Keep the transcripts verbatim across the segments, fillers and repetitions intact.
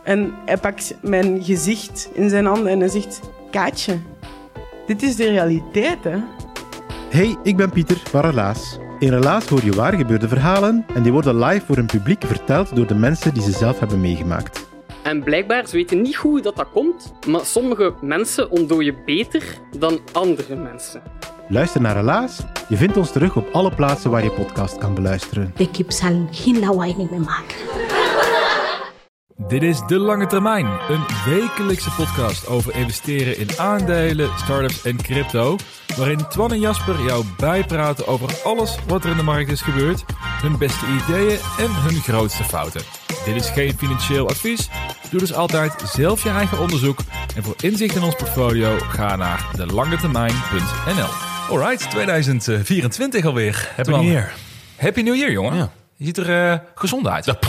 En hij pakt mijn gezicht in zijn handen en hij zegt... Kaatje, dit is de realiteit, hè? Hey, ik ben Pieter van Relaas. In Relaas hoor je waar gebeurde verhalen en die worden live voor een publiek verteld door de mensen die ze zelf hebben meegemaakt. En blijkbaar, ze weten niet hoe dat, dat komt, maar sommige mensen ontdooien beter dan andere mensen. Luister naar Relaas. Je vindt ons terug op alle plaatsen waar je podcast kan beluisteren. De kip zal geen lawaai meer maken. Dit is De Lange Termijn, een wekelijkse podcast over investeren in aandelen, startups en crypto, waarin Twan en Jasper jou bijpraten over alles wat er in de markt is gebeurd, hun beste ideeën en hun grootste fouten. Dit is geen financieel advies, doe dus altijd zelf je eigen onderzoek en voor inzicht in ons portfolio ga naar de lange termijn punt n l. Alright, tweeduizend vierentwintig alweer. Happy New Year. Happy New Year, jongen. Ja. Je ziet er uh, gezond uit. Ja.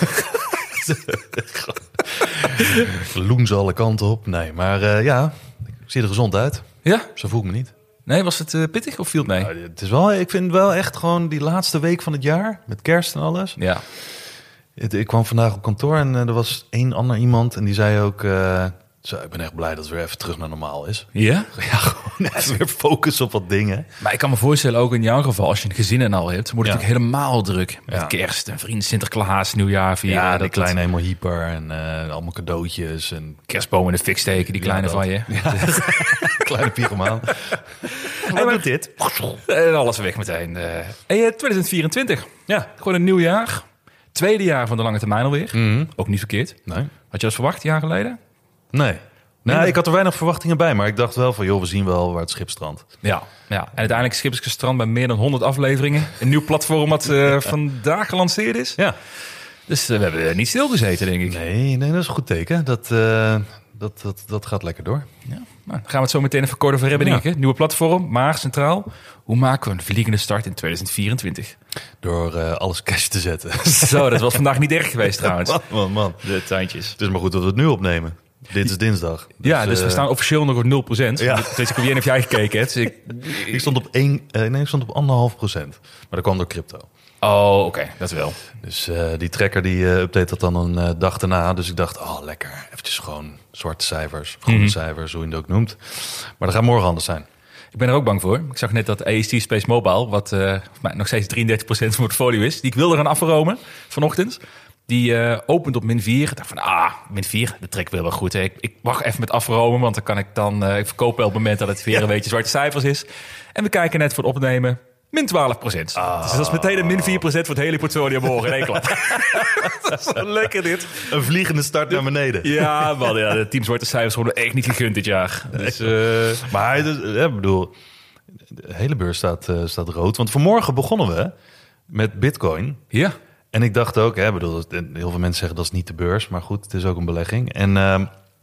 Loen ze alle kanten op. Nee, maar uh, ja, ik zie er gezond uit. Ja? Zo voel ik me niet. Nee, was het uh, pittig of viel het mee? Nou, het is wel, ik vind wel echt gewoon die laatste week van het jaar, met kerst en alles. Ja. Het, ik kwam vandaag op kantoor en uh, er was één ander iemand en die zei ook... Uh, zo, ik ben echt blij dat het weer even terug naar normaal is. Ja? Ja, gewoon even weer focus op wat dingen. Maar ik kan me voorstellen, ook in jouw geval, als je een gezin en al hebt, wordt het ja. natuurlijk helemaal druk. Met ja. kerst en vrienden, Sinterklaas, nieuwjaar vieren. Ja, dat die kleine helemaal hyper en uh, allemaal cadeautjes. En kerstboom in de fik steken, die kleine ja, van je. Ja. Kleine pyromaan. Wat doet dit? En alles weg meteen. Uh, en twintig vierentwintig. Ja, gewoon een nieuw jaar. Tweede jaar van de lange termijn alweer. Mm-hmm. Ook niet verkeerd. Nee. Had je dat verwacht, een jaar geleden? Nee. Nou, nee, ik had er weinig verwachtingen bij, maar ik dacht wel van, joh, we zien wel waar het schip strandt. Ja, ja. En uiteindelijk is Schip gestrand bij meer dan honderd afleveringen. Een nieuw platform dat uh, vandaag gelanceerd is. Ja. Dus uh, we hebben niet stilgezeten, denk ik. Nee, nee, dat is een goed teken. Dat, uh, dat, dat, dat gaat lekker door. Ja. Nou, gaan we het zo meteen even kort over hebben, denk ik. Nieuwe platform, maar centraal. Hoe maken we een vliegende start in twintig vierentwintig? Door uh, alles cash te zetten. Zo, dat was vandaag niet erg geweest trouwens. Man, man, man. De tuintjes. Het is maar goed dat we het nu opnemen. Dit is dinsdag. Dus, ja, dus uh, we staan officieel nog op nul procent. Ja. Dus ik weet niet of jij gekeken hebt. Dus ik, ik stond op één, uh, nee, ik stond op anderhalf procent. Maar dat kwam door crypto. Oh, oké, okay, dat wel. Dus uh, die tracker die uh, update dat dan een uh, dag daarna. Dus ik dacht, oh lekker, eventjes gewoon zwarte cijfers, groene mm-hmm. cijfers, hoe je het ook noemt. Maar dat gaat morgen anders zijn. Ik ben er ook bang voor. Ik zag net dat A S T Space Mobile, wat uh, nog steeds drieëndertig procent van het portfolio is, die ik wilde gaan afromen vanochtend. Die uh, opent op min vier. Ik dacht van, ah, min vier, de trek wil wel goed. Hè. Ik, ik wacht even met afromen, want dan kan ik dan... Uh, ik verkoop op het moment dat het weer een beetje zwarte cijfers is. En we kijken net voor het opnemen, min twaalf procent. Oh. Dus dat is meteen een min vier procent voor het hele portfolio morgen in één klap. Dat is zo lekker dit. Een vliegende start naar beneden. Ja, man, ja, de team zwarte cijfers worden echt niet gegund dit jaar. Dus, uh... Maar ja, ik bedoel, de hele beurs staat, uh, staat rood. Want vanmorgen begonnen we met Bitcoin. Ja. En ik dacht ook, hè, bedoel, heel veel mensen zeggen dat is niet de beurs, maar goed, het is ook een belegging. En uh,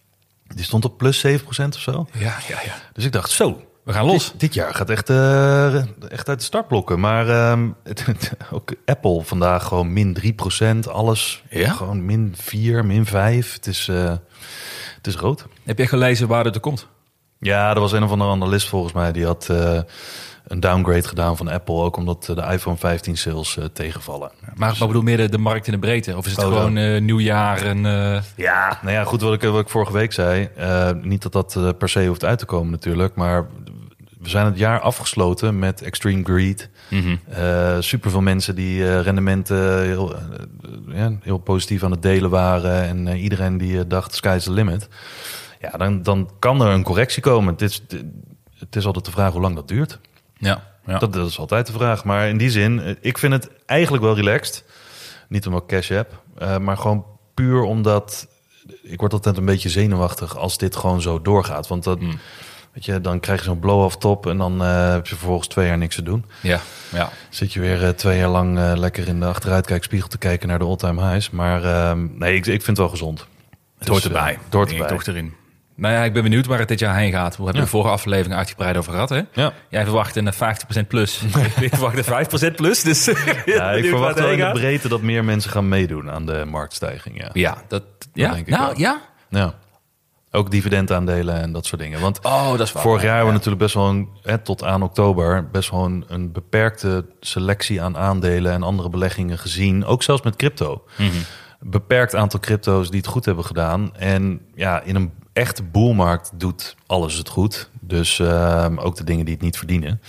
die stond op plus zeven procent of zo. Ja, ja, ja. Dus ik dacht, zo, we gaan los. Dit, dit jaar gaat echt, uh, echt uit de startblokken. Maar uh, het, het, ook Apple vandaag gewoon min drie procent, alles ja? gewoon min vier, min vijf. Het is, uh, het is rood. Heb je gelezen waar het er komt? Ja, er was een of andere analist volgens mij, die had... Uh, een downgrade gedaan van Apple, ook omdat de iPhone vijftien sales uh, tegenvallen. Maar, maar ik bedoel meer de, de markt in de breedte? Of is het oh, gewoon uh, nieuwjaar en... Uh... Ja, nou ja, goed, wat ik, wat ik vorige week zei. Uh, niet dat dat uh, per se hoeft uit te komen natuurlijk, maar we zijn het jaar afgesloten met extreme greed. Mm-hmm. Uh, superveel mensen die uh, rendementen heel, uh, ja, heel positief aan het delen waren. En uh, iedereen die uh, dacht, sky's the limit. Ja, dan, dan kan er een correctie komen. Het is, het is altijd de vraag hoe lang dat duurt. Ja, ja. Dat, dat is altijd de vraag. Maar in die zin, ik vind het eigenlijk wel relaxed. Niet omdat ik cash heb, uh, maar gewoon puur omdat... Ik word altijd een beetje zenuwachtig als dit gewoon zo doorgaat. Want dat, mm. weet je, dan krijg je zo'n blow-off top en dan uh, heb je vervolgens twee jaar niks te doen. Ja, ja. Zit je weer uh, twee jaar lang uh, lekker in de achteruitkijkspiegel te kijken naar de all-time highs. Maar uh, nee, ik, ik vind het wel gezond. Het hoort dus, erbij. Uh, het hoort erbij. Toch erin. Nou ja, ik ben benieuwd waar het dit jaar heen gaat. We hebben ja. de vorige aflevering uitgebreid over gehad. Hè? Ja. Jij verwacht een vijftig procent plus. Ik verwacht een vijf procent plus. Dus ja, ik verwacht wel in de breedte dat meer mensen gaan meedoen aan de marktstijging. Ja, ja dat, dat ja? denk ik nou, wel. Ja? Ja. Ook dividendaandelen en dat soort dingen. Want oh, dat is waar, vorig jaar ja. hebben we natuurlijk best wel een, hè, tot aan oktober best wel een, een beperkte selectie aan aandelen en andere beleggingen gezien. Ook zelfs met crypto. Mm-hmm. beperkt aantal crypto's die het goed hebben gedaan. En ja, in een echte boelmarkt doet alles het goed. Dus uh, ook de dingen die het niet verdienen.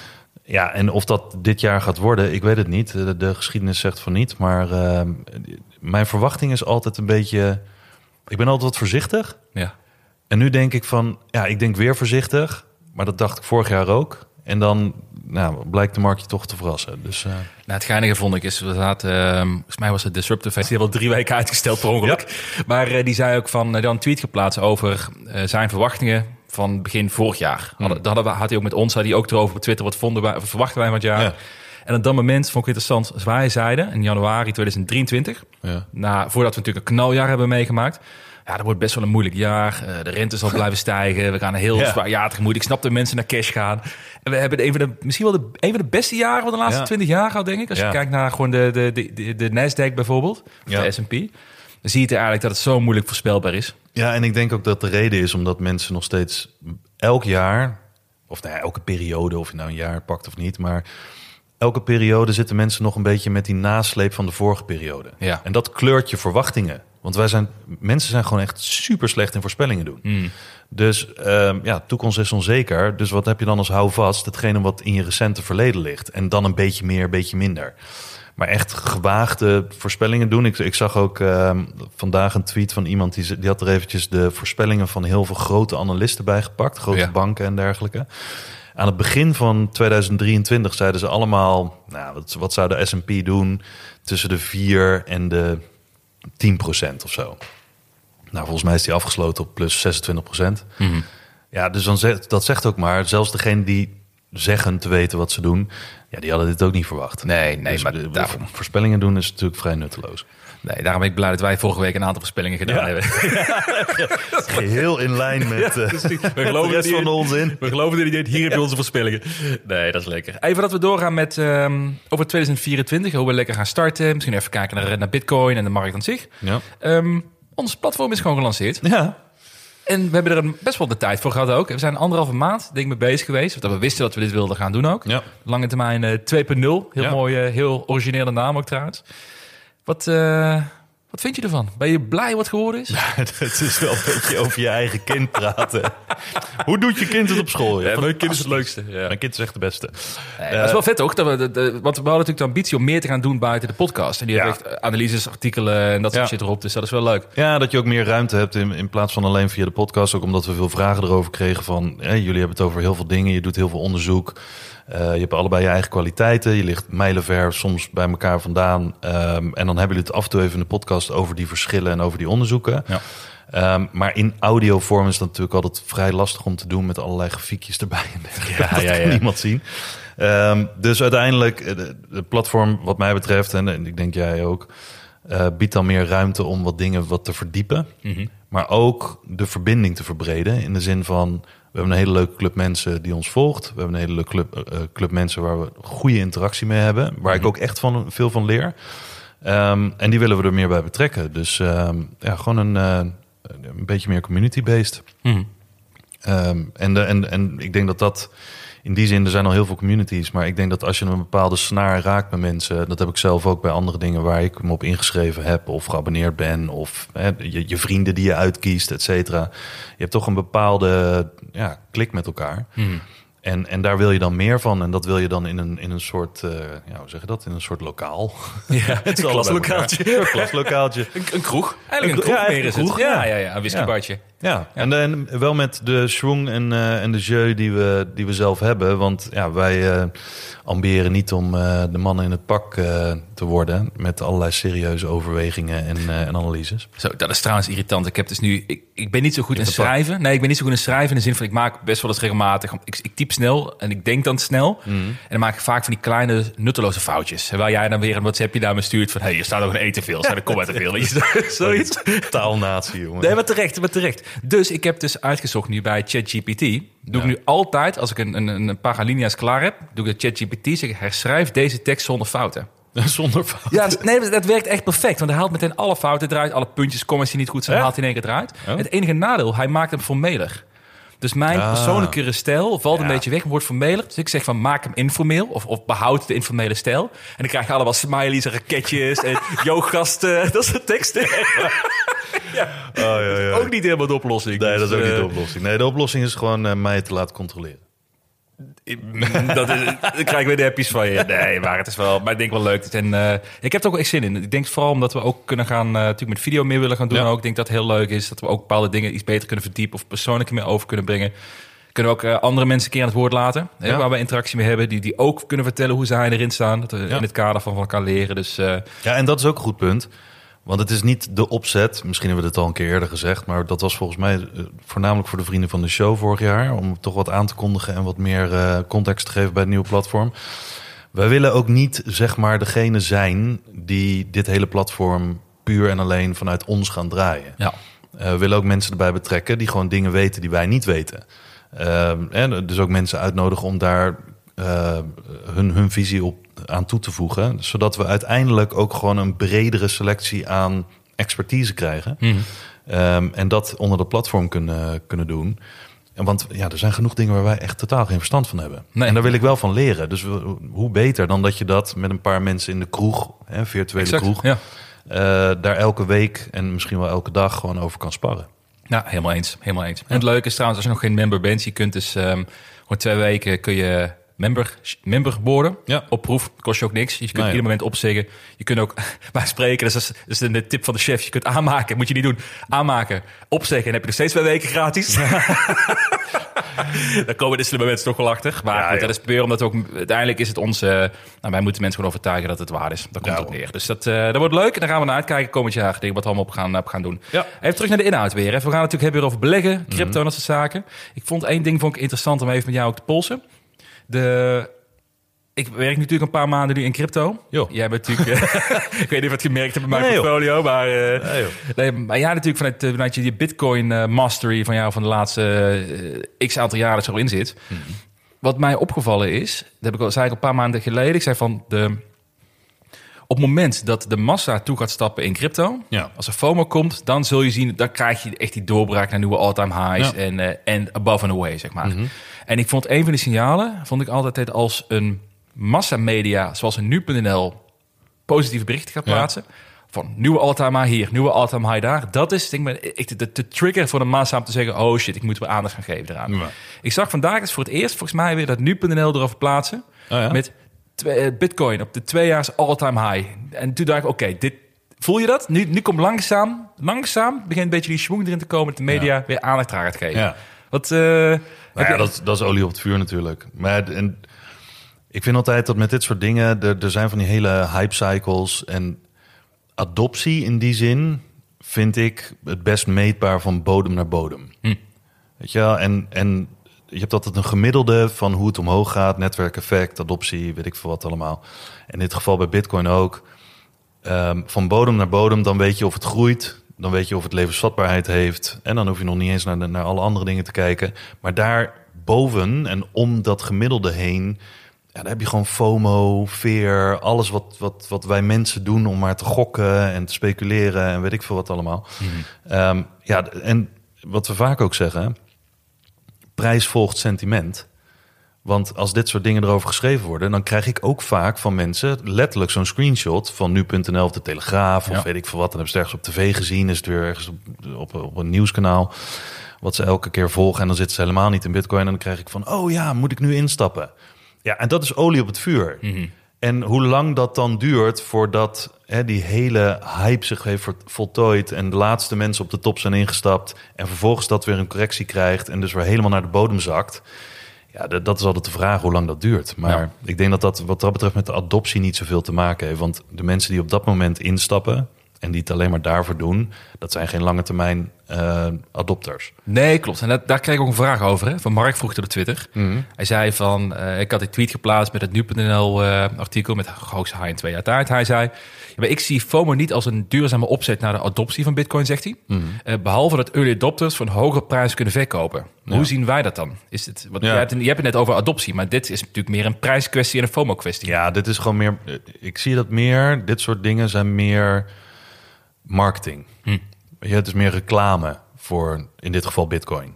Ja, en of dat dit jaar gaat worden, ik weet het niet. De, de geschiedenis zegt van niet. Maar uh, mijn verwachting is altijd een beetje... Ik ben altijd wat voorzichtig. Ja. En nu denk ik van, ja, ik denk weer voorzichtig. Maar dat dacht ik vorig jaar ook. En dan nou, blijkt de markt je toch te verrassen. Dus, uh... nou, het geinige vond ik is, we zaten, uh, volgens mij was het Disruptive Festival al drie weken uitgesteld per ongeluk. Ja. Maar uh, die zei ook van, uh, dan een tweet geplaatst over uh, zijn verwachtingen van begin vorig jaar. Hmm. Hadden, hadden we, had hij ook met ons, had hij ook erover op Twitter, wat vonden wij, wat verwachten wij van het jaar. Ja. En op dat moment vond ik het interessant, als wij zeiden in januari tweeduizend drieëntwintig, ja. na, voordat we natuurlijk een knaljaar hebben meegemaakt. Ja, dat wordt best wel een moeilijk jaar. Uh, de rente zal blijven stijgen. We gaan een heel ja. zwaar jaar tegemoet. Ik snap dat mensen naar cash gaan. En we hebben een van de, misschien wel de, een van de beste jaren van de laatste ja. twintig jaar gehad, denk ik. Als ja. je kijkt naar gewoon de, de, de, de, de Nasdaq bijvoorbeeld, of ja. de S en P. Dan zie je eigenlijk dat het zo moeilijk voorspelbaar is. Ja, en ik denk ook dat de reden is omdat mensen nog steeds elk jaar, of nou ja, elke periode, of je nou een jaar pakt of niet, maar elke periode zitten mensen nog een beetje met die nasleep van de vorige periode. Ja. En dat kleurt je verwachtingen. Want wij zijn, mensen zijn gewoon echt super slecht in voorspellingen doen. Mm. Dus uh, ja, toekomst is onzeker. Dus wat heb je dan als houvast? Hetgene wat in je recente verleden ligt. En dan een beetje meer, een beetje minder. Maar echt gewaagde voorspellingen doen. Ik, ik zag ook uh, vandaag een tweet van iemand... Die, die had er eventjes de voorspellingen van heel veel grote analisten bij gepakt. Grote ja. banken en dergelijke. Aan het begin van tweeduizend drieëntwintig zeiden ze allemaal... Nou, wat, wat zou de S en P doen tussen de vier en de tien procent of zo. Nou, volgens mij is die afgesloten op plus zesentwintig procent. Mm-hmm. Ja, dus dan zegt, dat zegt ook maar... zelfs degene die zeggen te weten wat ze doen... ja, die hadden dit ook niet verwacht. Nee, nee, dus maar de, daarom... voorspellingen doen is natuurlijk vrij nutteloos. Nee, daarom ben ik blij dat wij vorige week een aantal voorspellingen gedaan ja. hebben. Geheel in lijn met ja, uh, we geloven de rest van de onzin. We geloven er niet. Hier heb je onze voorspellingen. Nee, dat is lekker. Even dat we doorgaan met um, over tweeduizend vierentwintig. Hoe we lekker gaan starten. Misschien even kijken naar, naar Bitcoin en de markt aan zich. Ja. Um, ons platform is gewoon gelanceerd. Ja. En we hebben er best wel de tijd voor gehad ook. We zijn anderhalve maand denk ik mee bezig geweest. Dat we wisten dat we dit wilden gaan doen ook. Ja. Lange termijn uh, twee punt nul. Heel ja. mooi, uh, heel originele naam ook trouwens. Wat, uh, wat vind je ervan? Ben je blij wat geworden is? Ja, het is wel een beetje over je eigen kind praten. Hoe doet je kind het op school? Ja, mijn kind is het leukste. Ja. Mijn kind is echt de beste. Nee, uh, dat is wel vet ook. Dat we, de, de, want we hadden natuurlijk de ambitie om meer te gaan doen buiten de podcast. En die ja. hebben echt analyses, artikelen en dat soort ja. shit erop. Dus dat is wel leuk. Ja, dat je ook meer ruimte hebt in, in plaats van alleen via de podcast. Ook omdat we veel vragen erover kregen van... Hey, jullie hebben het over heel veel dingen. Je doet heel veel onderzoek. Uh, je hebt allebei je eigen kwaliteiten. Je ligt mijlenver soms bij elkaar vandaan. Um, en dan hebben jullie het af en toe even in de podcast over die verschillen en over die onderzoeken. Ja. Um, maar in audiovorm is dat natuurlijk altijd vrij lastig om te doen met allerlei grafiekjes erbij. Ja, dat ja, ja. kan niemand zien. Um, dus uiteindelijk, de, de platform wat mij betreft, en, en ik denk jij ook, uh, biedt dan meer ruimte om wat dingen wat te verdiepen. Mm-hmm. Maar ook de verbinding te verbreden in de zin van... We hebben een hele leuke club mensen die ons volgt. We hebben een hele leuke club, uh, club mensen waar we goede interactie mee hebben. Waar mm-hmm. ik ook echt van, veel van leer. Um, en die willen we er meer bij betrekken. Dus um, ja, gewoon een, uh, een beetje meer community-based. Mm-hmm. Um, en, de, en, en ik denk dat dat... In die zin, er zijn al heel veel communities. Maar ik denk dat als je een bepaalde snaar raakt bij mensen... dat heb ik zelf ook bij andere dingen waar ik me op ingeschreven heb... of geabonneerd ben, of hè, je, je vrienden die je uitkiest, et cetera. Je hebt toch een bepaalde ja, klik met elkaar. Hmm. En, en daar wil je dan meer van. En dat wil je dan in een, in een soort, uh, ja, hoe zeg je dat? In een soort lokaal. Ja, het klaslokaaltje. Een klaslokaaltje. Een, een kroeg. Eigenlijk een, een kroeg, ja, meer is kroeg, het. Ja, ja, ja, een whiskybartje. Ja. Ja, ja. En, en wel met de schwung en, uh, en de jeu die we, die we zelf hebben. Want ja, wij uh, ambiëren niet om uh, de mannen in het pak uh, te worden... met allerlei serieuze overwegingen en, uh, en analyses. Zo, dat is trouwens irritant. Ik heb dus nu... Ik, ik ben niet zo goed in schrijven. Pak. Nee, ik ben niet zo goed in schrijven in de zin van... ik maak best wel eens regelmatig... Ik, ik typ snel en ik denk dan snel. Mm. En dan maak ik vaak van die kleine nutteloze foutjes. Terwijl jij dan weer een WhatsAppje naar me stuurt van... hé, hey, je staat nog een E te veel. Zijn er komma te veel. Zoiets. Taalnatie, jongen. Nee, maar terecht, maar terecht. Dus ik heb dus uitgezocht nu bij ChatGPT. Doe ja. ik nu altijd, als ik een, een, een paar alinea's klaar heb... doe ik de ChatGPT, zeg ik, herschrijf deze tekst zonder fouten. Zonder fouten? Ja, nee, dat werkt echt perfect. Want hij haalt meteen alle fouten eruit. Alle puntjes, commas die niet goed zijn, ja? haalt hij in één keer eruit. Oh. Het enige nadeel, hij maakt hem formeler. Dus mijn Ah. persoonlijke stijl valt een Ja. beetje weg, wordt formeler. Dus ik zeg van maak hem informeel of, of behoud de informele stijl. En dan krijg je allemaal smileys en raketjes en yo gasten, dat soort teksten. ja. Oh, ja, ja. Ook niet helemaal de oplossing. Nee, dat is ook Dus, niet de eh, oplossing. Nee, de oplossing is gewoon uh, mij te laten controleren. dat is, dan krijg ik weer de appjes van je. Nee, maar het is wel, maar ik denk wel leuk. En uh, ik heb er ook echt zin in. Ik denk vooral omdat we ook kunnen gaan, uh, natuurlijk met video meer willen gaan doen. Ja. Ook. Ik denk dat het heel leuk is dat we ook bepaalde dingen iets beter kunnen verdiepen of persoonlijker meer over kunnen brengen. Kunnen we ook uh, andere mensen een keer aan het woord laten, hè, Ja. waar we interactie mee hebben, die, die ook kunnen vertellen hoe zij erin staan. Dat we Ja. in het kader van, van elkaar leren. Dus uh, Ja, en dat is ook een goed punt. Want het is niet de opzet, misschien hebben we het al een keer eerder gezegd, maar dat was volgens mij uh, voornamelijk voor de vrienden van de show vorig jaar, om toch wat aan te kondigen en wat meer uh, context te geven bij het nieuwe platform. Wij willen ook niet, zeg maar, degene zijn die dit hele platform puur en alleen vanuit ons gaan draaien. ja. Uh, we willen ook mensen erbij betrekken die gewoon dingen weten die wij niet weten. Uh, en dus ook mensen uitnodigen om daar uh, hun, hun visie op aan toe te voegen. Zodat we uiteindelijk ook gewoon een bredere selectie aan expertise krijgen. Mm-hmm. Um, en dat onder dat platform kunnen, kunnen doen. En want ja, er zijn genoeg dingen waar wij echt totaal geen verstand van hebben. Nee. En daar wil ik wel van leren. Dus we, hoe beter dan dat je dat met een paar mensen in de kroeg, hè, virtuele Exact, kroeg, ja. Uh, daar elke week en misschien wel elke dag gewoon over kan sparren. Ja, helemaal eens. Helemaal eens. En het leuke is trouwens, als je nog geen member bent, je kunt dus um, gewoon twee weken kun je member, member worden. Ja. Op proef, kost je ook niks. Je kunt Nee, ieder moment opzeggen. Je kunt ook bij spreken, dat is, dat is de tip van de chef. Je kunt aanmaken, moet je niet doen. Aanmaken, opzeggen en heb je nog steeds twee weken gratis. Daar komen de slimme mensen toch wel achter. Maar Ja, goed, ja. dat is puur omdat ook uiteindelijk is het ons. Uh, nou, wij moeten mensen gewoon overtuigen dat het waar is. Daar komt Ja, het op neer. Dus dat, uh, dat wordt leuk. En daar gaan we naar uitkijken komend jaar. Denk ik wat we allemaal op gaan, op gaan doen. Ja. Even terug naar de inhoud weer. Even. We gaan het natuurlijk hebben weer over beleggen, crypto Mhm. en dat soort zaken. Ik vond één ding vond ik interessant om even met jou ook te polsen. De, ik werk natuurlijk een paar maanden nu in crypto. Jo. Jij bent natuurlijk... uh, ik weet niet of je het gemerkt hebt bij mijn Nee, joh. portfolio, maar... Uh, Nee, joh. nee, maar ja, natuurlijk vanuit, uh, vanuit je die Bitcoin uh, mastery van jou van de laatste uh, x aantal jaren dat erin zit. Mhm. Wat mij opgevallen is, dat heb ik al, zei ik een paar maanden geleden. Ik zei van de... Op het moment dat de massa toe gaat stappen in crypto, Ja. als er FOMO komt, dan zul je zien, dan krijg je echt die doorbraak naar nieuwe all-time highs Ja. en, uh, en above and away, zeg maar. Mhm. En ik vond een van die signalen, vond ik altijd als een massamedia, zoals een nu punt n l, positieve berichten gaat Ja. plaatsen, van nieuwe all-time high hier, nieuwe all-time high daar. Dat is denk ik, echt de, de trigger voor de massa om te zeggen, oh shit, ik moet weer aandacht gaan geven eraan. Ja. Ik zag vandaag eens voor het eerst, volgens mij weer, dat nu punt n l erover plaatsen, Oh ja? met twee, uh, Bitcoin op de tweejaars all-time high. En toen dacht ik, oké, okay, dit voel je dat? Nu, nu komt langzaam, langzaam begint een beetje die schwung erin te komen dat de media Ja. weer aandacht aan gaat geven. Ja. Wat, uh, Nou heb ja, je- dat, dat is olie op het vuur natuurlijk. Maar en, ik vind altijd dat met dit soort dingen, er, er zijn van die hele hype cycles en adoptie in die zin vind ik het best meetbaar van bodem naar bodem. Hm. Weet je wel? En, en je hebt altijd een gemiddelde van hoe het omhoog gaat, netwerkeffect, adoptie, weet ik veel wat allemaal. In dit geval bij Bitcoin ook. Um, van bodem naar bodem, dan weet je of het groeit. Dan weet je of het levensvatbaarheid heeft. En dan hoef je nog niet eens naar, de, naar alle andere dingen te kijken. Maar daar boven en om dat gemiddelde heen, ja, daar heb je gewoon FOMO, fear, alles wat, wat, wat wij mensen doen om maar te gokken en te speculeren en weet ik veel wat allemaal. Mm-hmm. Um, ja, en wat we vaak ook zeggen, prijs volgt sentiment. Want als dit soort dingen erover geschreven worden, dan krijg ik ook vaak van mensen letterlijk zo'n screenshot van nu punt n l of de Telegraaf of Ja. weet ik veel wat. Dan hebben ze het ergens op tv gezien, is het weer ergens op, op, op een nieuwskanaal wat ze elke keer volgen. En dan zitten ze helemaal niet in Bitcoin. En dan krijg ik van, oh ja, moet ik nu instappen? Ja, en dat is olie op het vuur. Mm-hmm. En hoe lang dat dan duurt voordat hè, die hele hype zich heeft voltooid en de laatste mensen op de top zijn ingestapt en vervolgens dat weer een correctie krijgt en dus weer helemaal naar de bodem zakt. Ja, dat, dat is altijd de vraag hoe lang dat duurt. Maar Ja. ik denk dat dat wat dat betreft met de adoptie niet zoveel te maken heeft. Want de mensen die op dat moment instappen en die het alleen maar daarvoor doen, dat zijn geen lange termijn uh, adopters. Nee, klopt. En dat, daar kreeg ik ook een vraag over. Hè? Van Mark vroeg het op Twitter. Mm-hmm. Hij zei van, uh, ik had die tweet geplaatst met het nu punt n l uh, artikel met hoogste high in twee jaar tijd. Hij zei, ja, maar ik zie FOMO niet als een duurzame opzet naar de adoptie van Bitcoin, zegt hij. Mm-hmm. Uh, behalve dat early adopters voor een hogere prijs kunnen verkopen. Ja. Hoe zien wij dat dan? Is het, wat, Ja. je, hebt, je hebt het net over adoptie, maar dit is natuurlijk meer een prijskwestie en een FOMO-kwestie. Ja, dit is gewoon meer. Ik zie dat meer. Dit soort dingen zijn meer marketing. Hm. Ja, het is meer reclame voor in dit geval Bitcoin.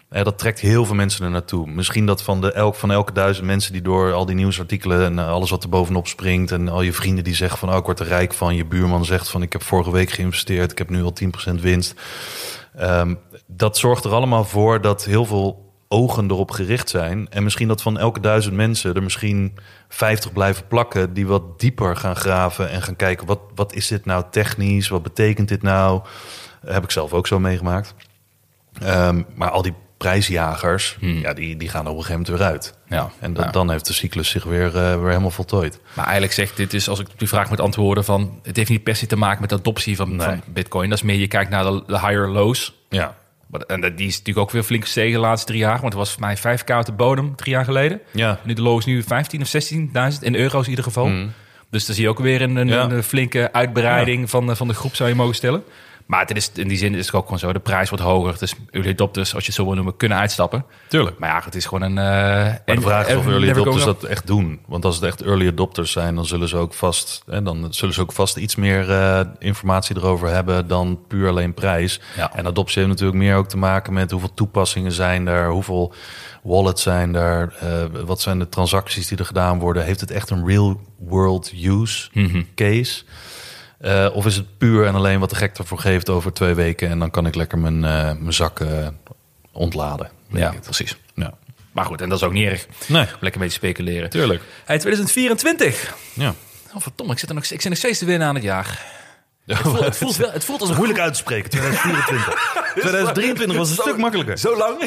Eh, dat trekt heel veel mensen er naartoe. Misschien dat van, de elk, van elke duizend mensen die door al die nieuwsartikelen en alles wat er bovenop springt en al je vrienden die zeggen van oh, ik word er rijk van. Je buurman zegt van ik heb vorige week geïnvesteerd, ik heb nu al tien procent winst. Um, dat zorgt er allemaal voor dat heel veel ogen erop gericht zijn. En misschien dat van elke duizend mensen er misschien vijftig blijven plakken die wat dieper gaan graven en gaan kijken wat, wat is dit nou technisch? Wat betekent dit nou? Heb ik zelf ook zo meegemaakt. Um, maar al die prijsjagers, hmm. ja, die, die gaan er op een gegeven moment weer uit. Ja, en da- ja. dan heeft de cyclus zich weer, uh, weer helemaal voltooid. Maar eigenlijk zegt dit is, als ik op die vraag moet antwoorden, van het heeft niet per se te maken met de adoptie van, Nee. van Bitcoin. Dat is meer, je kijkt naar de, de higher lows. Ja. En die is natuurlijk ook weer flink gestegen de laatste drie jaar. Want het was voor mij vijf k op de bodem drie jaar geleden. Ja. Nu de low is nu vijftien of zestienduizend in euro's in ieder geval. Mm. Dus dan zie je ook weer een, een, Ja. een flinke uitbreiding Ja. van, van de groep, zou je mogen stellen. Maar het is, in die zin is het ook gewoon zo. De prijs wordt hoger. Dus early adopters, als je het zo wil noemen, kunnen uitstappen. Tuurlijk. Maar ja, het is gewoon een... Uh, Maar de vraag is of early never adopters going dat echt doen. Want als het echt early adopters zijn, dan zullen ze ook vast, hè, dan zullen ze ook vast iets meer uh, informatie erover hebben dan puur alleen prijs. Ja. En adoptie heeft natuurlijk meer ook te maken met hoeveel toepassingen zijn er, hoeveel wallets zijn er, uh, wat zijn de transacties die er gedaan worden. Heeft het echt een real world use Mm-hmm. case? Uh, of is het puur en alleen wat de gek ervoor geeft over twee weken en dan kan ik lekker mijn, uh, mijn zak uh, ontladen. denk Ja, ik. precies. Ja. Maar goed, en dat is ook niet erg. Nee, Lekker een beetje speculeren. tuurlijk. Hey, tweeduizend vierentwintig. Ja. Oh, verdomme, ik zit, er nog, ik zit nog steeds te winnen aan het jaar. Het voelt, het voelt, wel, het voelt als een Moeilijk uit te spreken, tweeduizend vierentwintig. tweeduizend drieëntwintig was een Zo- stuk makkelijker. Zo lang?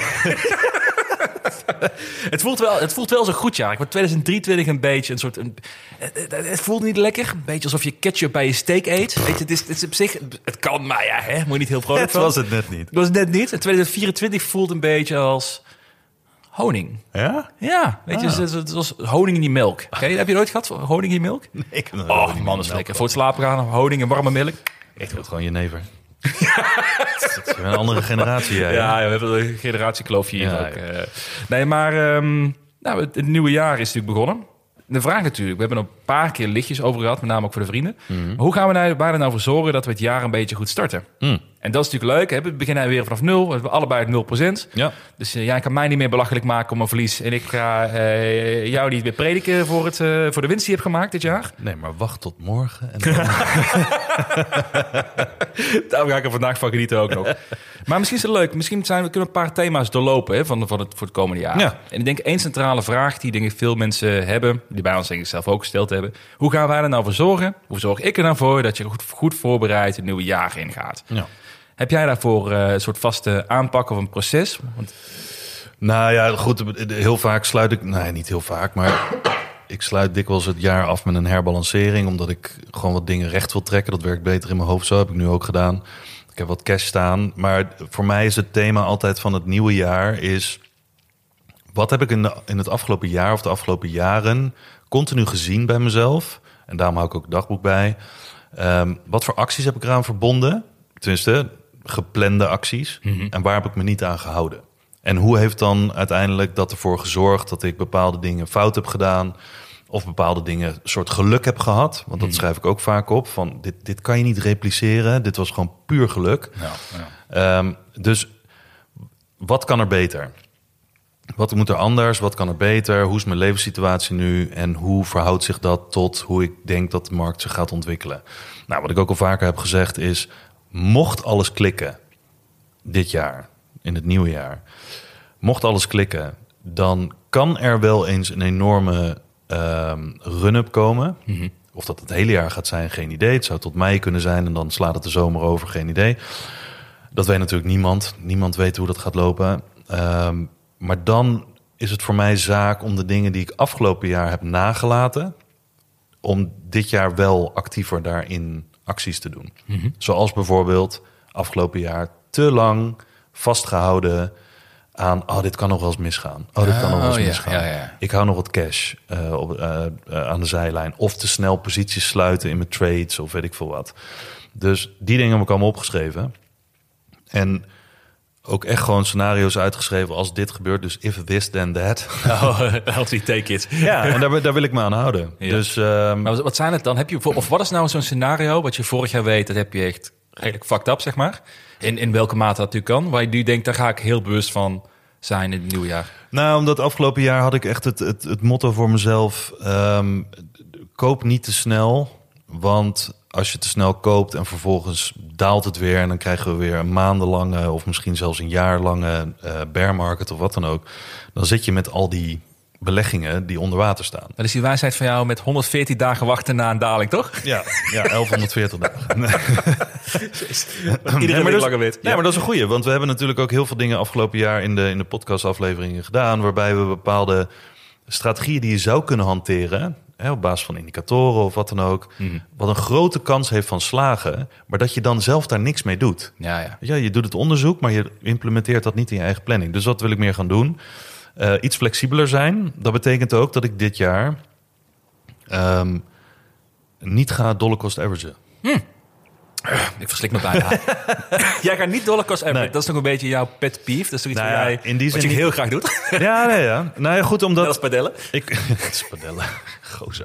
het, voelt wel, het voelt wel zo goed, jaar. Ik word tweeduizend drieëntwintig een beetje een soort... Een, het, het, het voelt niet lekker. Een beetje alsof je ketchup bij je steak eet. Weet je, het, is, het is op zich... Het kan, maar ja, hè, moet je niet heel vrolijk Het van. was het net niet. Dat was het net niet. En tweeduizend vierentwintig voelt een beetje als honing. Ja? Ja, weet je, Ah. het, het was honing in die melk. Ken je, heb je nooit gehad, honing in die melk? Nee, ik heb nog Oh, nooit man, dat is melk lekker. Voor het slapen gaan, honing en warme melk. Echt goed, gewoon jenever. Dat is een andere generatie, jij. Ja, ja, we hebben een generatiekloofje hier Ja, ook. ja. eh. Nee, maar um, nou, het, het nieuwe jaar is natuurlijk begonnen. De vraag natuurlijk, we hebben er een paar keer lichtjes over gehad, met name ook voor de vrienden. Mm. Maar hoe gaan we nou, waar er nou voor zorgen dat we het jaar een beetje goed starten? Mm. En dat is natuurlijk leuk. Hè? We beginnen weer vanaf nul. We hebben allebei het nul procent. Ja. Dus uh, jij kan mij niet meer belachelijk maken om een verlies. En ik ga uh, jou niet weer prediken voor, het, uh, voor de winst die je hebt gemaakt dit jaar. Nee, maar wacht tot morgen. En dan... Daar ga ik er vandaag van genieten ook nog. Maar misschien is het leuk. Misschien zijn we kunnen een paar thema's doorlopen hè, van, van het, voor het komende jaar. Ja. En ik denk één centrale vraag die denk ik veel mensen hebben, die bij ons denk ik zelf ook gesteld hebben. Hoe gaan wij er nou voor zorgen? Hoe zorg ik er nou voor dat je goed, goed voorbereid het nieuwe jaar ingaat? Ja. Heb jij daarvoor uh, een soort vaste aanpak of een proces? Want... Nou ja, goed. Heel vaak sluit ik... Nee, niet heel vaak, maar... Ik sluit dikwijls het jaar af met een herbalancering, omdat ik gewoon wat dingen recht wil trekken. Dat werkt beter in mijn hoofd. Zo heb ik nu ook gedaan. Ik heb wat cash staan. Maar voor mij is het thema altijd van het nieuwe jaar is... Wat heb ik in, de, in het afgelopen jaar of de afgelopen jaren continu gezien bij mezelf? En daarom hou ik ook het dagboek bij. Um, wat voor acties heb ik eraan verbonden? Tenminste, geplande acties. Mm-hmm. En waar heb ik me niet aan gehouden? En hoe heeft dan uiteindelijk dat ervoor gezorgd dat ik bepaalde dingen fout heb gedaan... of bepaalde dingen een soort geluk heb gehad? Want dat schrijf ik ook vaak op. Van dit, dit kan je niet repliceren. Dit was gewoon puur geluk. Ja, ja. Um, dus wat kan er beter? Wat moet er anders? Wat kan er beter? Hoe is mijn levenssituatie nu? En hoe verhoudt zich dat tot hoe ik denk dat de markt zich gaat ontwikkelen? Nou, wat ik ook al vaker heb gezegd is... mocht alles klikken dit jaar, in het nieuwe jaar... mocht alles klikken, dan kan er wel eens een enorme um, run-up komen. Mm-hmm. Of dat het hele jaar gaat zijn, geen idee. Het zou tot mei kunnen zijn en dan slaat het de zomer over, geen idee. Dat weet natuurlijk niemand. Niemand weet hoe dat gaat lopen. Um, maar dan is het voor mij zaak om de dingen die ik afgelopen jaar heb nagelaten... om dit jaar wel actiever daarin acties te doen. Mm-hmm. Zoals bijvoorbeeld afgelopen jaar te lang vastgehouden aan... oh, dit kan nog wel eens misgaan. Oh, dit kan nog wel eens oh, ja, misgaan. ja, ja. Ik hou nog wat cash uh, op, uh, uh, aan de zijlijn. Of te snel posities sluiten in mijn trades of weet ik veel wat. Dus die dingen heb ik allemaal opgeschreven. En ook echt gewoon scenario's uitgeschreven als dit gebeurt. Dus if this, then that. Oh, help me take it. Ja, en daar, daar wil ik me aan houden. Ja. Dus, um, maar wat zijn het dan? Heb je, of wat is nou zo'n scenario wat je vorig jaar weet... dat heb je echt redelijk fucked up, zeg maar. In, in welke mate dat natuurlijk kan. Waar je nu denkt, daar ga ik heel bewust van zijn in het nieuwe jaar? Nou, omdat afgelopen jaar had ik echt het, het, het motto voor mezelf. Um, koop niet te snel. Want als je te snel koopt en vervolgens daalt het weer... en dan krijgen we weer een maandenlange of misschien zelfs een jaarlange uh, bear market of wat dan ook... dan zit je met al die beleggingen die onder water staan. Dat is die wijsheid van jou met honderdveertien dagen wachten na een daling, toch? Ja, ja elfhonderdveertig dagen. Nee. Iedereen nee, maar dat, langer weet. Nee, ja. maar dat is een goeie. Want we hebben natuurlijk ook heel veel dingen afgelopen jaar... in de, in de podcastafleveringen gedaan... waarbij we bepaalde strategieën die je zou kunnen hanteren... Hè, op basis van indicatoren of wat dan ook... Mm. wat een grote kans heeft van slagen... maar dat je dan zelf daar niks mee doet. Ja, ja. Ja, je doet het onderzoek, maar je implementeert dat niet in je eigen planning. Dus dat wil ik meer gaan doen. Uh, iets flexibeler zijn. Dat betekent ook dat ik dit jaar... Um, niet ga dollar cost averagen. Hm. Ik verslik me bijna. Jij gaat niet dollar cost average. Nee. Dat is nog een beetje jouw pet peeve. Dat is toch iets nou ja, jij, in die wat zin je niet... heel graag doet. Ja, nee, ja. Nou ja, goed, omdat... Dat is padellen. Ik... Spadellen. Gozer.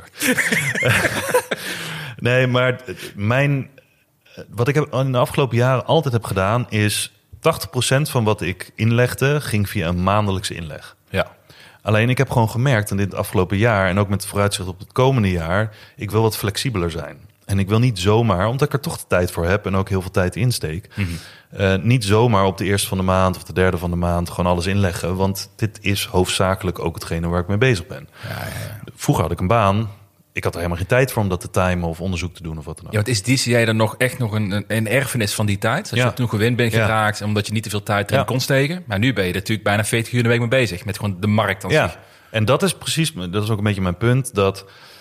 Nee, maar mijn... Wat ik heb in de afgelopen jaren altijd heb gedaan... is tachtig procent van wat ik inlegde... ging via een maandelijkse inleg. Ja. Alleen ik heb gewoon gemerkt in dit afgelopen jaar... en ook met vooruitzicht op het komende jaar... ik wil wat flexibeler zijn. En ik wil niet zomaar, omdat ik er toch de tijd voor heb... en ook heel veel tijd insteek... Mm-hmm. Uh, niet zomaar op de eerste van de maand of de derde van de maand... gewoon alles inleggen, want dit is hoofdzakelijk ook hetgene waar ik mee bezig ben. Ja, ja, ja. Vroeger had ik een baan. Ik had er helemaal geen tijd voor om dat te timen of onderzoek te doen of wat dan ook. Ja, want is die, zie jij dan nog echt nog een, een erfenis van die tijd? Als ja. je toen gewend bent geraakt, ja. omdat je niet te veel tijd erin ja. kon steken. Maar nu ben je er natuurlijk bijna veertig uur in de week mee bezig. Met gewoon de markt aan ja. zich. En dat is precies, dat is ook een beetje mijn punt. Dat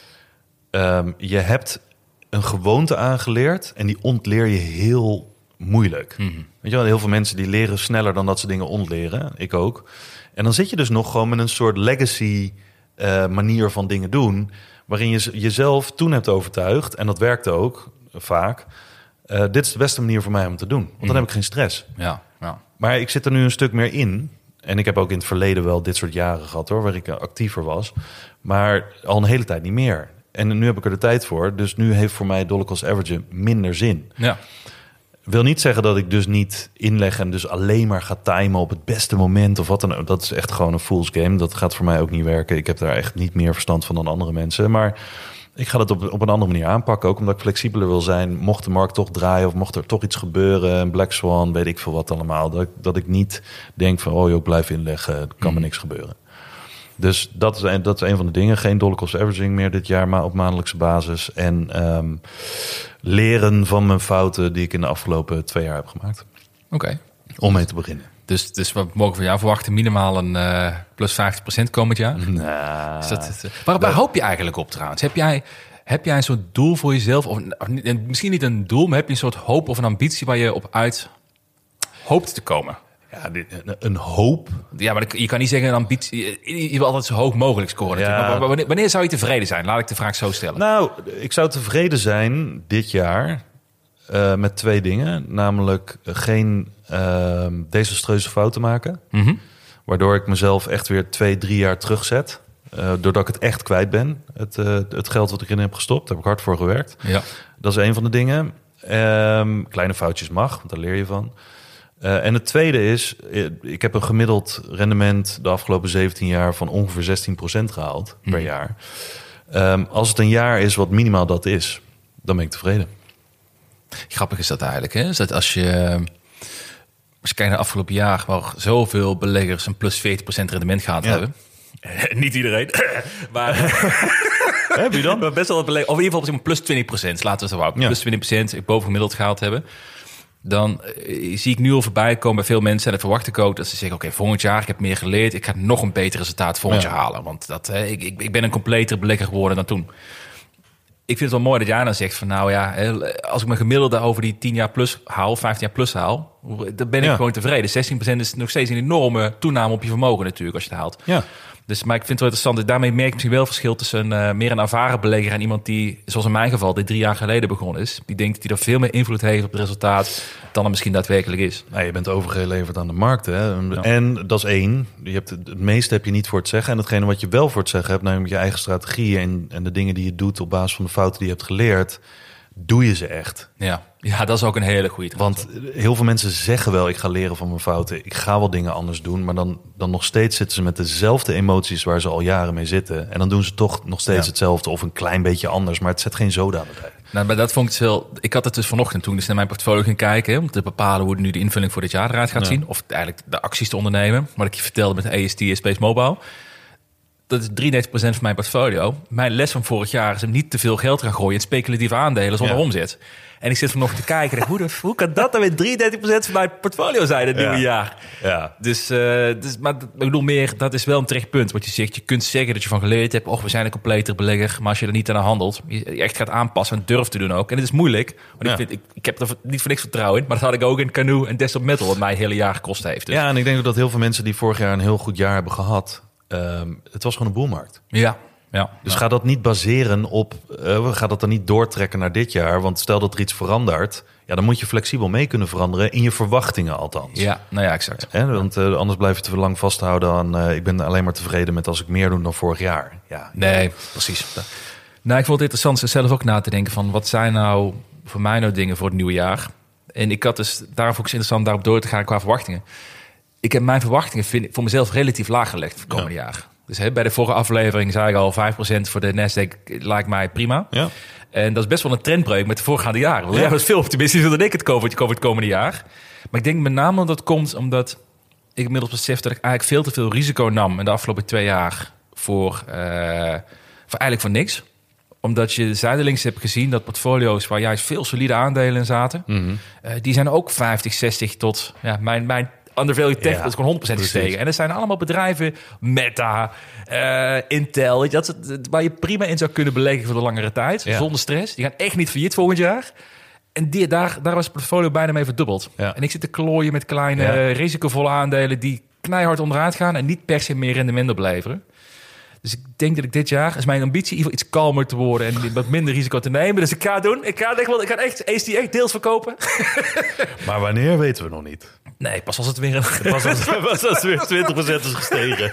um, je hebt een gewoonte aangeleerd en die ontleer je heel moeilijk. Mm-hmm. Weet je wel, heel veel mensen die leren sneller dan dat ze dingen ontleren. Ik ook. En dan zit je dus nog gewoon met een soort legacy uh, manier van dingen doen... waarin je jezelf toen hebt overtuigd, en dat werkte ook uh, vaak... Uh, dit is de beste manier voor mij om het te doen. Want dan mm. heb ik geen stress. Ja, ja. Maar ik zit er nu een stuk meer in. En ik heb ook in het verleden wel dit soort jaren gehad, hoor, waar ik uh, actiever was. Maar al een hele tijd niet meer. En nu heb ik er de tijd voor. Dus nu heeft voor mij dollar cost average minder zin. Ja. Wil niet zeggen dat ik dus niet inleg en dus alleen maar ga timen op het beste moment of wat dan ook. Dat is echt gewoon een fool's game. Dat gaat voor mij ook niet werken. Ik heb daar echt niet meer verstand van dan andere mensen. Maar ik ga het op, op een andere manier aanpakken. Ook omdat ik flexibeler wil zijn. Mocht de markt toch draaien of mocht er toch iets gebeuren. Een Black Swan, weet ik veel wat allemaal. Dat, dat ik niet denk van, oh joh, blijf inleggen. Er kan me niks gebeuren. Dus dat is, een, dat is een van de dingen. Geen dollar cost averaging meer dit jaar, maar op maandelijkse basis. En um, leren van mijn fouten die ik in de afgelopen twee jaar heb gemaakt. Oké. Okay. Om mee te beginnen. Dus, dus we mogen van jou verwachten minimaal een uh, plus vijftig procent komend jaar? Nou, is dat, uh, waar, waar hoop je eigenlijk op trouwens? Heb jij, heb jij een soort doel voor jezelf? Of, of misschien niet een doel, maar heb je een soort hoop of een ambitie waar je op uit hoopt te komen? Ja, een hoop. Ja, maar je kan niet zeggen een ambitie. Je wil altijd zo hoog mogelijk scoren. Ja. Maar wanneer, wanneer zou je tevreden zijn? Laat ik de vraag zo stellen. Nou, ik zou tevreden zijn dit jaar uh, met twee dingen. Namelijk geen uh, desastreuze fouten maken. Mm-hmm. Waardoor ik mezelf echt weer twee, drie jaar terugzet. Uh, doordat ik het echt kwijt ben. Het, uh, het geld wat ik erin heb gestopt. Daar heb ik hard voor gewerkt. Ja. Dat is een van de dingen. Um, kleine foutjes mag, want daar leer je van. Uh, en het tweede is, ik heb een gemiddeld rendement de afgelopen zeventien jaar van ongeveer zestien procent gehaald per mm. jaar. Um, als het een jaar is wat minimaal dat is, dan ben ik tevreden. Grappig is dat eigenlijk, hè? Is dat als je, als je kijkt naar het afgelopen jaar, waar zoveel beleggers een plus veertig procent rendement gehad ja. hebben. Niet iedereen, maar heb je dan? Maar best wel wat beleggers, of in ieder geval plus twintig procent, laten we zo houden. Ja. Plus twintig procent boven gemiddeld gehaald hebben. Dan uh, zie ik nu al voorbij komen bij veel mensen en dat verwacht ik ook dat ze zeggen, oké, okay, volgend jaar, ik heb meer geleerd, ik ga nog een beter resultaat volgend ja. jaar halen. Want dat, uh, ik, ik, ik ben een completer belegger geworden dan toen. Ik vind het wel mooi dat jij dan zegt van, nou ja, als ik mijn gemiddelde over die tien jaar plus haal, vijftien jaar plus haal, dan ben ik ja. gewoon tevreden. zestien procent is nog steeds een enorme toename op je vermogen natuurlijk als je het haalt. Ja. Dus, maar ik vind het wel interessant. Daarmee merk ik misschien wel verschil tussen uh, meer een ervaren belegger en iemand die, zoals in mijn geval, dit drie jaar geleden begonnen is. Die denkt dat hij er veel meer invloed heeft op het resultaat dan er misschien daadwerkelijk is. Nou, je bent overgeleverd aan de markt, hè? Ja. En dat is één. Je hebt het, het meeste heb je niet voor het zeggen. En datgene wat je wel voor het zeggen hebt, namelijk je eigen strategieën en, en de dingen die je doet op basis van de fouten die je hebt geleerd, doe je ze echt? Ja. ja, dat is ook een hele goede. Want heel veel mensen zeggen wel, ik ga leren van mijn fouten. Ik ga wel dingen anders doen. Maar dan, dan nog steeds zitten ze met dezelfde emoties waar ze al jaren mee zitten. En dan doen ze toch nog steeds ja. hetzelfde of een klein beetje anders. Maar het zet geen zoden aan het ei. Nou, maar dat vond ik wel. Ik had het dus vanochtend toen ik dus naar mijn portfolio ging kijken. Om te bepalen hoe nu de invulling voor dit jaar eruit gaat ja. zien. Of eigenlijk de acties te ondernemen. Wat ik je vertelde met A S T en Space Mobile. Dat is drieëndertig procent van mijn portfolio. Mijn les van vorig jaar is om niet te veel geld te gaan gooien in speculatieve aandelen zonder ja. omzet. En ik zit vanochtend te kijken. Denk, hoe, de, hoe kan dat dan weer drieëndertig procent van mijn portfolio zijn het ja. nieuwe jaar? Ja. Dus, uh, dus, maar ik bedoel meer, dat is wel een terecht punt. Wat je zegt, je kunt zeggen dat je van geleerd hebt. Och, we zijn een completer belegger. Maar als je er niet aan handelt, je echt gaat aanpassen en durft te doen ook. En het is moeilijk. Want ja. ik, vind, ik, ik heb er niet voor niks vertrouwen in. Maar dat had ik ook in Canoe en Desktop Metal, wat mij het hele jaar gekost heeft. Dus. Ja, en ik denk dat heel veel mensen die vorig jaar een heel goed jaar hebben gehad. Um, het was gewoon een boelmarkt. Ja. Ja, dus ja. ga dat niet baseren op, uh, ga dat dan niet doortrekken naar dit jaar. Want stel dat er iets verandert, ja, dan moet je flexibel mee kunnen veranderen in je verwachtingen althans. Ja, nou ja, exact. He, want uh, anders blijf je te lang vasthouden aan, uh, ik ben alleen maar tevreden met als ik meer doe dan vorig jaar. Ja, nee, precies. Nou, ik vond het interessant zelf ook na te denken van, wat zijn nou voor mij nou dingen voor het nieuwe jaar? En ik had dus, daarom vond ik het interessant daarop door te gaan qua verwachtingen. Ik heb mijn verwachtingen vind ik, voor mezelf relatief laag gelegd voor het komende ja. jaar. Dus hè, bij de vorige aflevering zei ik al, vijf procent voor de Nasdaq lijkt mij prima. Ja. En dat is best wel een trendbreuk met de voorgaande jaren. Ja. Jij was veel optimistischer dan ik het over het komende jaar. Maar ik denk met name dat dat komt omdat ik inmiddels besef dat ik eigenlijk veel te veel risico nam in de afgelopen twee jaar voor, uh, voor eigenlijk voor niks. Omdat je zijdelings hebt gezien dat portfolio's waar juist veel solide aandelen in zaten, mm-hmm. uh, die zijn ook vijftig, zestig tot ja, mijn, mijn undervalued tech, ja, dat is gewoon honderd procent gestegen. En er zijn allemaal bedrijven, Meta, uh, Intel, weet je, dat, waar je prima in zou kunnen beleggen voor de langere tijd, ja. zonder stress. Die gaan echt niet failliet volgend jaar. En die, daar, daar was het portfolio bijna mee verdubbeld. Ja. En ik zit te klooien met kleine, ja. risicovolle aandelen die knijhard onderuit gaan en niet per se meer rendement opleveren. Dus ik denk dat ik dit jaar, is mijn ambitie, in ieder geval iets kalmer te worden en wat minder risico te nemen. Dus ik ga het doen. Ik ga echt wel, ik ga echt A S T echt deels verkopen. Maar wanneer weten we nog niet. Nee, pas als het weer een... Pas als, pas als het weer twintig procent is gestegen.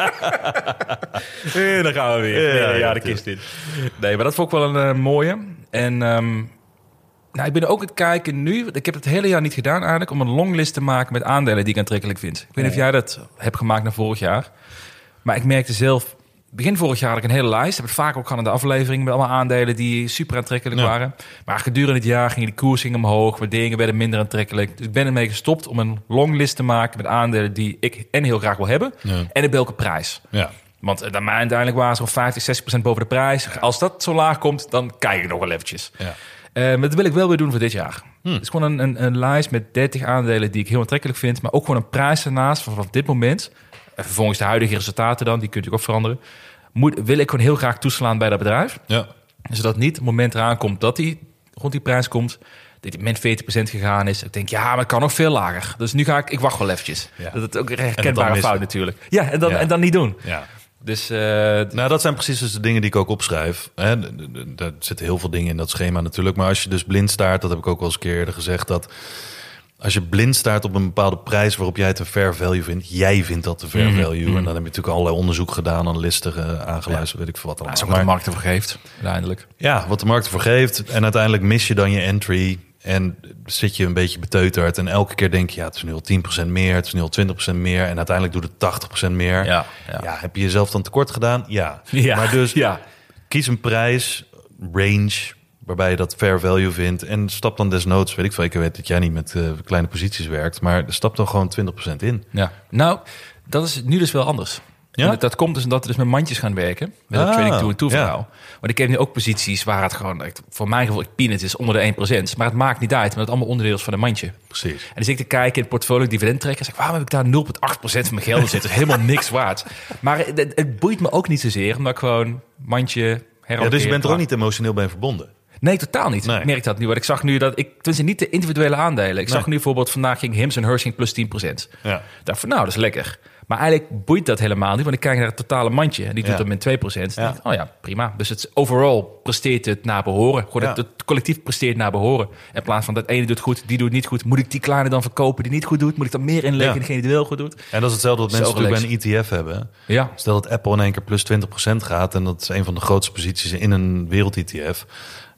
Ja, dan gaan we weer. Ja, ja, ja de kist in. Nee, maar dat vond ik wel een uh, mooie. En um, nou, ik ben ook aan het kijken nu. Ik heb het hele jaar niet gedaan eigenlijk om een longlist te maken met aandelen die ik aantrekkelijk vind. Ik weet niet of jij dat hebt gemaakt naar vorig jaar. Maar ik merkte zelf, begin vorig jaar had ik een hele lijst. Heb het vaak ook gehad in de aflevering met allemaal aandelen die super aantrekkelijk ja. waren. Maar gedurende het jaar gingen die koersingen omhoog, waarderingen werden minder aantrekkelijk. Dus ik ben ermee gestopt om een longlist te maken met aandelen die ik en heel graag wil hebben. Ja. En op welke prijs. Ja. Want dan uiteindelijk waren ze al vijftig, zestig procent boven de prijs. Ja. Als dat zo laag komt, dan kijk ik nog wel eventjes. Ja. Uh, maar dat wil ik wel weer doen voor dit jaar. Hmm. Het is gewoon een, een, een lijst met dertig aandelen die ik heel aantrekkelijk vind. Maar ook gewoon een prijs ernaast van vanaf dit moment. En vervolgens de huidige resultaten dan, die kunt u ook veranderen. Moet, wil ik gewoon heel graag toeslaan bij dat bedrijf. Ja. Zodat niet het moment eraan komt dat die rond die prijs komt, dat die min veertig procent gegaan is. Ik denk, ja, maar het kan nog veel lager. Dus nu ga ik, ik wacht wel eventjes. Ja. Dat is ook een herkenbare fout natuurlijk. Ja, en dan, ja. en dan niet doen. Ja. Dus, uh, nou, dat zijn precies dus de dingen die ik ook opschrijf. Hè. Er zitten heel veel dingen in dat schema natuurlijk. Maar als je dus blind staart, dat heb ik ook wel eens een keer eerder gezegd, dat als je blind staart op een bepaalde prijs waarop jij het een fair value vindt, jij vindt dat een fair mm-hmm. value. En dan heb je natuurlijk allerlei onderzoek gedaan, analisten uh, aangeluisterd, ja. weet ik veel wat allemaal. Ja, dat is ook wat de markt ervoor geeft, uiteindelijk. Ja, wat de markt ervoor geeft. En uiteindelijk mis je dan je entry en zit je een beetje beteuterd. En elke keer denk je, ja, het is nu al tien procent meer, het is nu al twintig procent meer. En uiteindelijk doet het tachtig procent meer. Ja, ja. ja, heb je jezelf dan tekort gedaan? Ja. ja. Maar dus ja. kies een prijs, range, waarbij je dat fair value vindt. En stap dan desnoods, weet ik veel, ik weet dat jij niet met uh, kleine posities werkt, maar stap dan gewoon twintig procent in. Ja, nou, dat is nu dus wel anders. Ja? Dat, dat komt dus omdat we dus met mandjes gaan werken. Met ah, het trading to en to verhaal. Ja. Want ik heb nu ook posities waar het gewoon, voor mijn gevoel, peanuts is onder de één procent. Maar het maakt niet uit, omdat het allemaal onderdeel is van een mandje. Precies. En dus ik te kijken in het portfolio dividend trekken. Zeg, waarom heb ik daar nul komma acht procent van mijn geld in zitten? Helemaal niks waard. Maar het, het boeit me ook niet zozeer, omdat ik gewoon mandje Ja, dus je bent er ook niet emotioneel bij verbonden? Nee, totaal niet. Nee. Ik merk dat nu. Want ik zag nu dat ik, tenminste niet de individuele aandelen. Ik zag nee. nu bijvoorbeeld vandaag ging Hims en Hers plus tien procent. Ja. Ik dacht van, nou, dat is lekker. Maar eigenlijk boeit dat helemaal niet, want ik kijk naar het totale mandje en die doet ja. dat met twee procent. Ja. Denk, oh ja, prima. Dus het overall presteert het naar behoren. Gewoon ja. het, het collectief presteert naar behoren. In plaats van dat ene doet goed, die doet niet goed. Moet ik die kleine dan verkopen die niet goed doet? Moet ik dan meer inleggen ja. in degene die wel goed doet? En dat is hetzelfde wat mensen natuurlijk bij een E T F hebben. Ja. Stel dat Apple in één keer plus twintig procent gaat en dat is een van de grootste posities in een wereld-E T F.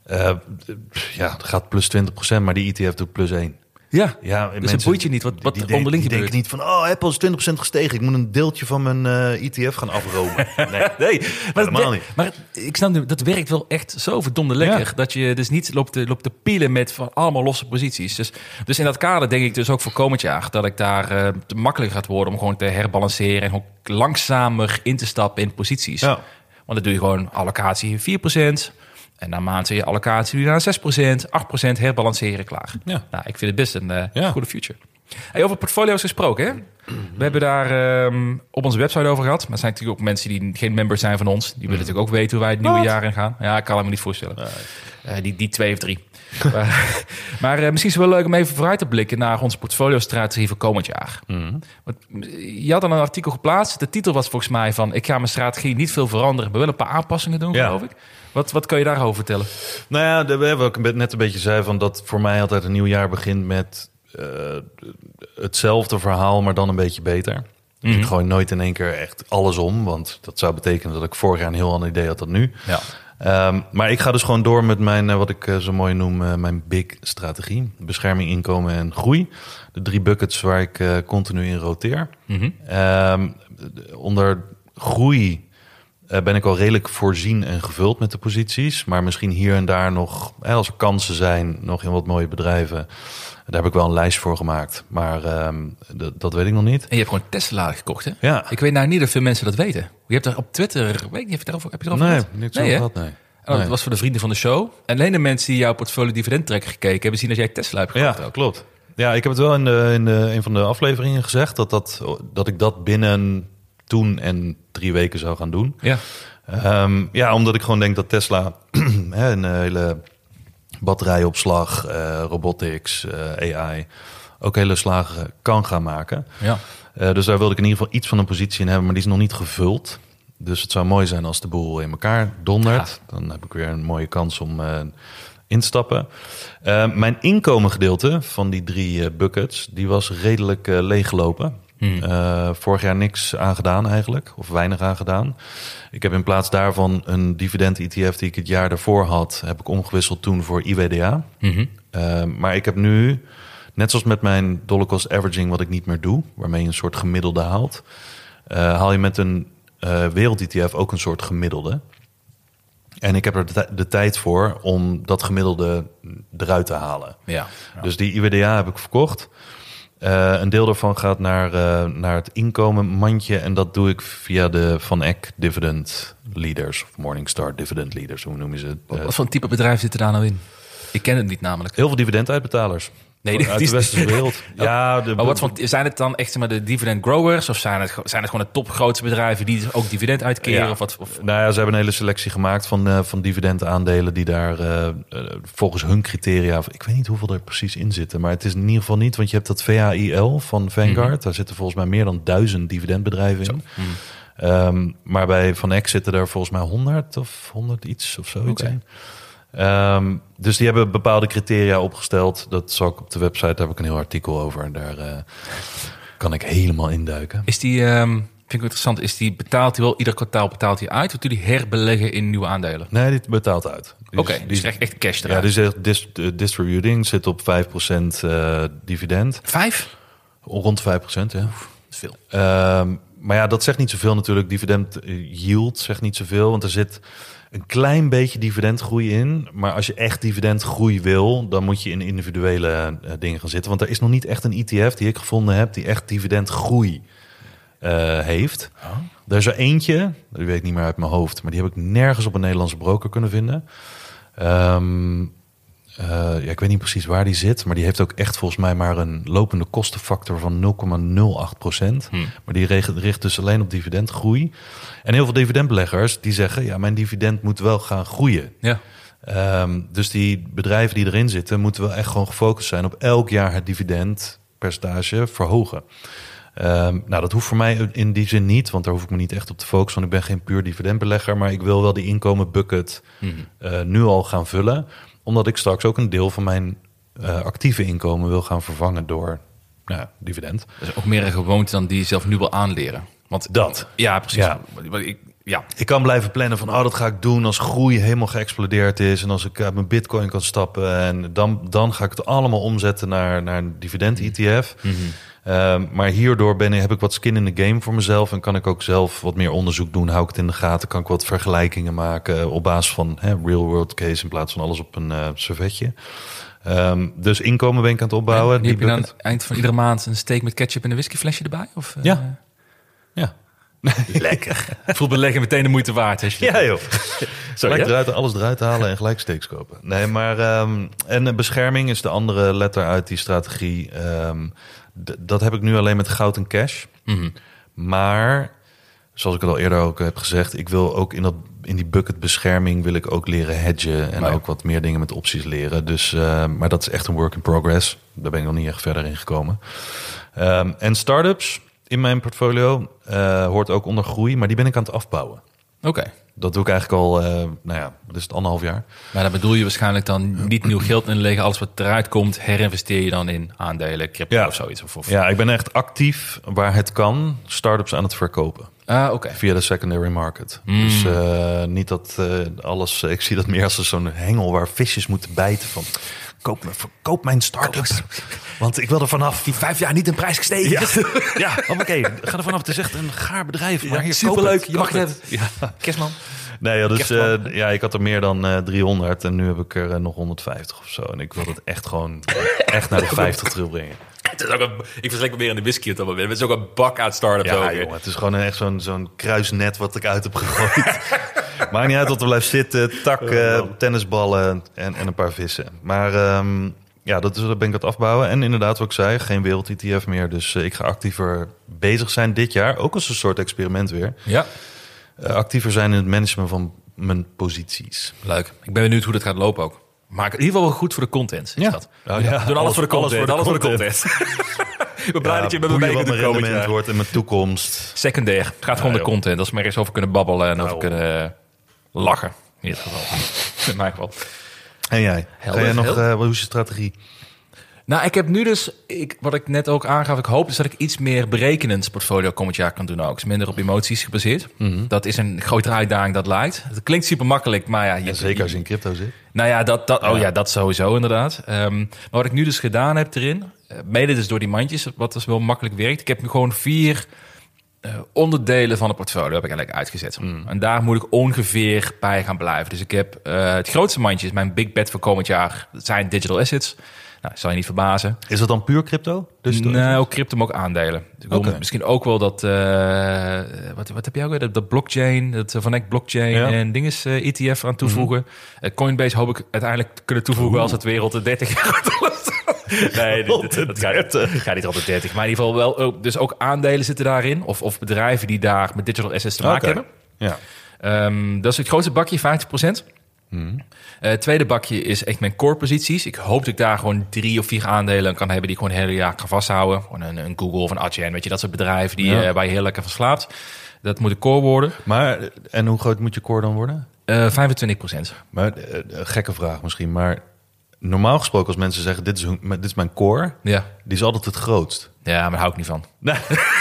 Uh, ja, het gaat plus twintig procent, maar die E T F doet plus één. Ja, ja dus het boeit je niet wat, wat die, die onderling die gebeurt. Die denken niet van, oh, Apple is twintig procent gestegen. Ik moet een deeltje van mijn uh, E T F gaan afromen. Nee, nee maar, helemaal het, niet. Maar ik snap nu, dat werkt wel echt zo verdomde lekker. Ja. Dat je dus niet loopt te, loopt te pielen met van allemaal losse posities. Dus, dus in dat kader denk ik dus ook voor komend jaar... dat ik daar uh, te makkelijk gaat worden om gewoon te herbalanceren... en gewoon langzamer in te stappen in posities. Ja. Want dan doe je gewoon allocatie vier procent... En na maand zul je allocatie naar zes procent, acht procent herbalanceren klaar. Ja. Nou, ik vind het best een uh, ja. goede future. Hey, over portfolio's gesproken, hè? We hebben daar um, op onze website over gehad. Maar er zijn natuurlijk ook mensen die geen member zijn van ons. Die willen natuurlijk ook weten hoe wij het nieuwe What? jaar in gaan. Ja, ik kan het me niet voorstellen. Uh, die, die twee of drie. maar maar uh, misschien is het wel leuk om even vooruit te blikken... naar onze portfolio-strategie voor komend jaar. Mm-hmm. Want je had dan een artikel geplaatst. De titel was volgens mij van... ik ga mijn strategie niet veel veranderen... maar wel een paar aanpassingen doen, ja. geloof ik. Wat, wat kan je daarover vertellen? Nou ja, we hebben ook net een beetje zei... van dat voor mij altijd een nieuw jaar begint met... Uh, hetzelfde verhaal, maar dan een beetje beter. Dus mm-hmm. ik gooi nooit in één keer echt alles om... want dat zou betekenen dat ik vorig jaar een heel ander idee had dan nu. Ja. Um, maar ik ga dus gewoon door met mijn, uh, wat ik uh, zo mooi noem, uh, mijn big-strategie. Bescherming, inkomen en groei. De drie buckets waar ik uh, continu in roteer. Mm-hmm. Um, onder groei uh, ben ik al redelijk voorzien en gevuld met de posities. Maar misschien hier en daar nog, uh, als er kansen zijn, nog in wat mooie bedrijven... Daar heb ik wel een lijst voor gemaakt, maar um, d- dat weet ik nog niet. En je hebt gewoon Tesla gekocht, hè? Ja. Ik weet nou niet of veel mensen dat weten. Je hebt er op Twitter, weet ik niet, heb je erover, heb je erover nee, gehad? Niks nee, over gehad, nee. En dat nee. was voor de vrienden van de show. En alleen de mensen die jouw portfolio dividend trekker gekeken hebben, zien dat jij Tesla hebt gekocht. Ja, ook. Klopt. Ja, ik heb het wel in, de, in de, een van de afleveringen gezegd dat, dat, dat ik dat binnen toen en drie weken zou gaan doen. Ja. Um, ja, omdat ik gewoon denk dat Tesla een hele batterijopslag, uh, robotics, uh, A I, ook hele slagen kan gaan maken. Ja. Uh, dus daar wilde ik in ieder geval iets van een positie in hebben, maar die is nog niet gevuld. Dus het zou mooi zijn als de boel in elkaar dondert. Ja. Dan heb ik weer een mooie kans om uh, in te stappen. Uh, mijn inkomengedeelte van die drie uh, buckets, die was redelijk uh, leeggelopen. Hmm. Uh, vorig jaar niks aangedaan eigenlijk, of weinig aangedaan. Ik heb in plaats daarvan een dividend-E T F die ik het jaar daarvoor had, heb ik omgewisseld toen voor I W D A. Mm-hmm. Uh, maar ik heb nu, net zoals met mijn dollar cost averaging, wat ik niet meer doe, waarmee je een soort gemiddelde haalt, uh, haal je met een uh, wereld-E T F ook een soort gemiddelde. En ik heb er de, de tijd voor om dat gemiddelde eruit te halen. Ja, ja. Dus die I W D A heb ik verkocht. Uh, een deel daarvan gaat naar, uh, naar het inkomenmandje. En dat doe ik via de Van Eck Dividend Leaders. Of Morningstar Dividend Leaders, hoe noem je ze? Uh, Wat voor type bedrijf zit er daar nou in? Ik ken het niet namelijk. Heel veel dividenduitbetalers. Nee, die, uit de westerse wereld. Ja, de, maar wat van, zijn het dan echt zeg maar, de dividend growers? Of zijn het, zijn het gewoon de topgrootste bedrijven die ook dividend uitkeren? Ja. Of wat, of? Nou ja, ze hebben een hele selectie gemaakt van, uh, van dividendaandelen die daar uh, uh, volgens hun criteria... Ik weet niet hoeveel er precies in zitten, maar het is in ieder geval niet... want je hebt dat V H I L van Vanguard. Mm-hmm. Daar zitten volgens mij meer dan duizend dividendbedrijven in. Mm-hmm. Um, maar bij Van Eck zitten er volgens mij honderd of honderd iets of zoiets okay. in. Um, dus die hebben bepaalde criteria opgesteld. Dat zal ik op de website, daar heb ik een heel artikel over. Daar uh, kan ik helemaal induiken. Is die, um, vind ik interessant, is die betaalt hij wel, ieder kwartaal betaalt hij uit? Of doet hij herbeleggen in nieuwe aandelen? Nee, die betaalt uit. Oké, okay, die is echt, echt cash eruit. Ja, die zegt dis, uh, distributing, zit op vijf procent uh, dividend. Vijf? Rond vijf procent, ja. Oef, dat is veel. Um, maar ja, dat zegt niet zoveel natuurlijk. Dividend yield zegt niet zoveel, want er zit... een klein beetje dividendgroei in. Maar als je echt dividendgroei wil, dan moet je in individuele uh, dingen gaan zitten. Want er is nog niet echt een E T F die ik gevonden heb die echt dividendgroei uh, heeft. Oh. Er is er eentje, die weet ik niet meer uit mijn hoofd, maar die heb ik nergens op een Nederlandse broker kunnen vinden. Um, uh, ja, ik weet niet precies waar die zit, maar die heeft ook echt volgens mij maar een lopende kostenfactor van nul komma nul acht procent. Hmm. Maar die richt, richt dus alleen op dividendgroei. En heel veel dividendbeleggers die zeggen, ja, mijn dividend moet wel gaan groeien. Ja. Um, dus die bedrijven die erin zitten, moeten wel echt gewoon gefocust zijn op elk jaar het dividendpercentage verhogen. Um, nou, dat hoeft voor mij in die zin niet, want daar hoef ik me niet echt op te focussen, want ik ben geen puur dividendbelegger, maar ik wil wel die inkomenbucket mm-hmm. uh, nu al gaan vullen, omdat ik straks ook een deel van mijn uh, actieve inkomen wil gaan vervangen door nou, dividend. Dat is ook meer een gewoonte dan die je zelf nu wil aanleren. Want dat. Ja, precies. Ja. Ik, Ja. Ik kan blijven plannen van, oh, dat ga ik doen als groei helemaal geëxplodeerd is. En als ik uit mijn bitcoin kan stappen. En dan, dan ga ik het allemaal omzetten naar, naar een dividend-E T F. Mm-hmm. Um, maar hierdoor ben, heb ik wat skin in de game voor mezelf. En kan ik ook zelf wat meer onderzoek doen. Hou ik het in de gaten. Kan ik wat vergelijkingen maken op basis van hè, real world case. In plaats van alles op een uh, servetje. Um, dus inkomen ben ik aan het opbouwen. En, die heb je dan bucket. eind van iedere maand een steak met ketchup en een whiskyflesje erbij? Of, uh, Ja. Ja. Lekker. Voelt beleggen meteen de moeite waard. Als je... Ja, joh. Sorry, gelijk ja? eruit, alles eruit halen en gelijk steaks kopen. Nee, maar... Um, en uh, bescherming is de andere letter uit die strategie. Um, d- dat heb ik nu alleen met goud en cash. Mm-hmm. Maar, zoals ik het al eerder ook heb gezegd... ik wil ook in, dat, in die bucket bescherming... wil ik ook leren hedgen en Maar... ook wat meer dingen met opties leren. Dus, uh, maar dat is echt een work in progress. Daar ben ik nog niet echt verder in gekomen. Um, en startups... in mijn portfolio uh, hoort ook onder groei, maar die ben ik aan het afbouwen. Oké. Okay. Dat doe ik eigenlijk al, uh, nou ja, wat is het, anderhalf jaar. Maar dan bedoel je waarschijnlijk dan niet nieuw geld inleggen. Alles wat eruit komt, herinvesteer je dan in aandelen, crypto Ja. of zoiets? Of, of... Ja, ik ben echt actief, waar het kan, startups aan het verkopen. Ah, oké. Okay. Via de secondary market. Mm. Dus uh, niet dat uh, alles, ik zie dat meer als zo'n hengel waar visjes moeten bijten van... Koop, me, verkoop mijn start-up, want ik wil er vanaf. Die vijf jaar niet in prijs gestegen. Ja, ja oké, okay, ga er vanaf. Het is echt een gaar bedrijf, maar ja, hier, superleuk, koop je mag het het. hebben. Ja. Kerstman. Nee, ja, dus uh, ja, ik had er meer dan uh, driehonderd en nu heb ik er uh, nog honderdvijftig of zo. En ik wil het echt gewoon echt naar de vijftig terugbrengen. Het is ook een, ik vergelijk me meer in de whisky op dat moment. Het is ook een bak uit start-ups. Ja, ook, jongen, het is gewoon echt zo'n, zo'n kruisnet wat ik uit heb gegooid. Maakt niet uit wat er blijft zitten. Takken, uh, tennisballen en, en een paar vissen. Maar um, ja, dat, is, dat ben ik aan het afbouwen. En inderdaad, wat ik zei, geen wereld-E T F meer. Dus uh, ik ga actiever bezig zijn dit jaar. Ook als een soort experiment weer. Ja. Uh, actiever zijn in het management van mijn posities. Leuk. Ik ben benieuwd hoe dat gaat lopen ook. Maak in ieder geval wel goed voor de content. Is Ja. Dat. Oh, ja. We doen alles, alles voor de content. Alles voor de content. Voor de content. Ik ben blij ja, dat je met me mee wat kunt mijn komen. rendement wordt in mijn toekomst. Secundair. Het gaat Ja, gewoon de joh. content. Als we maar eens over kunnen babbelen en Nou. over kunnen uh, lachen. In dit geval. In mijn geval. En jij? Helder, Ga jij nog, helder. uh, hoe is je strategie? Nou, ik heb nu dus, ik, wat ik net ook aangaf, ik hoop dus dat ik iets meer berekenend portfolio komend jaar kan doen ook. Is minder op emoties gebaseerd. Mm-hmm. Dat is een grotere uitdaging, dat lijkt. Het klinkt super makkelijk, maar ja. Je, En zeker als je in crypto zit. Nou ja, dat, dat, oh Ja. ja, dat sowieso inderdaad. Um, maar wat ik nu dus gedaan heb erin, uh, mede dus door die mandjes, wat dus wel makkelijk werkt. Ik heb nu gewoon vier uh, onderdelen van het portfolio heb ik eigenlijk uitgezet. Mm. En daar moet ik ongeveer bij gaan blijven. Dus ik heb uh, het grootste mandje, is mijn big bet voor komend jaar, dat zijn digital assets. Nou, zal je niet verbazen. Is dat dan puur crypto? Dus Nee, ook crypto, maar ook aandelen. Ik wil Oké. misschien ook wel dat... Uh, wat, wat heb jij ook weer? Dat, dat blockchain, dat uh, Van Eck blockchain Ja. en dinges uh, E T F aan toevoegen. Mm-hmm. Uh, Coinbase hoop ik uiteindelijk te kunnen toevoegen Oeh. als het wereld de dertig gaat. Nee, dat, dat, dat gaat, gaat niet altijd dertig. Maar in ieder geval wel... Dus ook aandelen zitten daarin. Of, of bedrijven die daar met digital assets te maken Oké. hebben. Ja. Um, dat is het grootste bakje, vijftig procent. Hmm. Uh, het tweede bakje is echt mijn core posities. Ik hoop dat ik daar gewoon drie of vier aandelen kan hebben die ik gewoon het hele jaar kan vasthouden. Gewoon een, een Google of een Adyen, weet je, dat soort bedrijven die, Ja. uh, waar je heel lekker van slaapt. Dat moet de core worden. Maar, en hoe groot moet je core dan worden? Uh, vijfentwintig procent. Maar, uh, gekke vraag misschien, maar normaal gesproken als mensen zeggen, dit is, hun- dit is mijn core, Ja. die is altijd het grootst. Ja, maar daar hou ik niet van. Nee,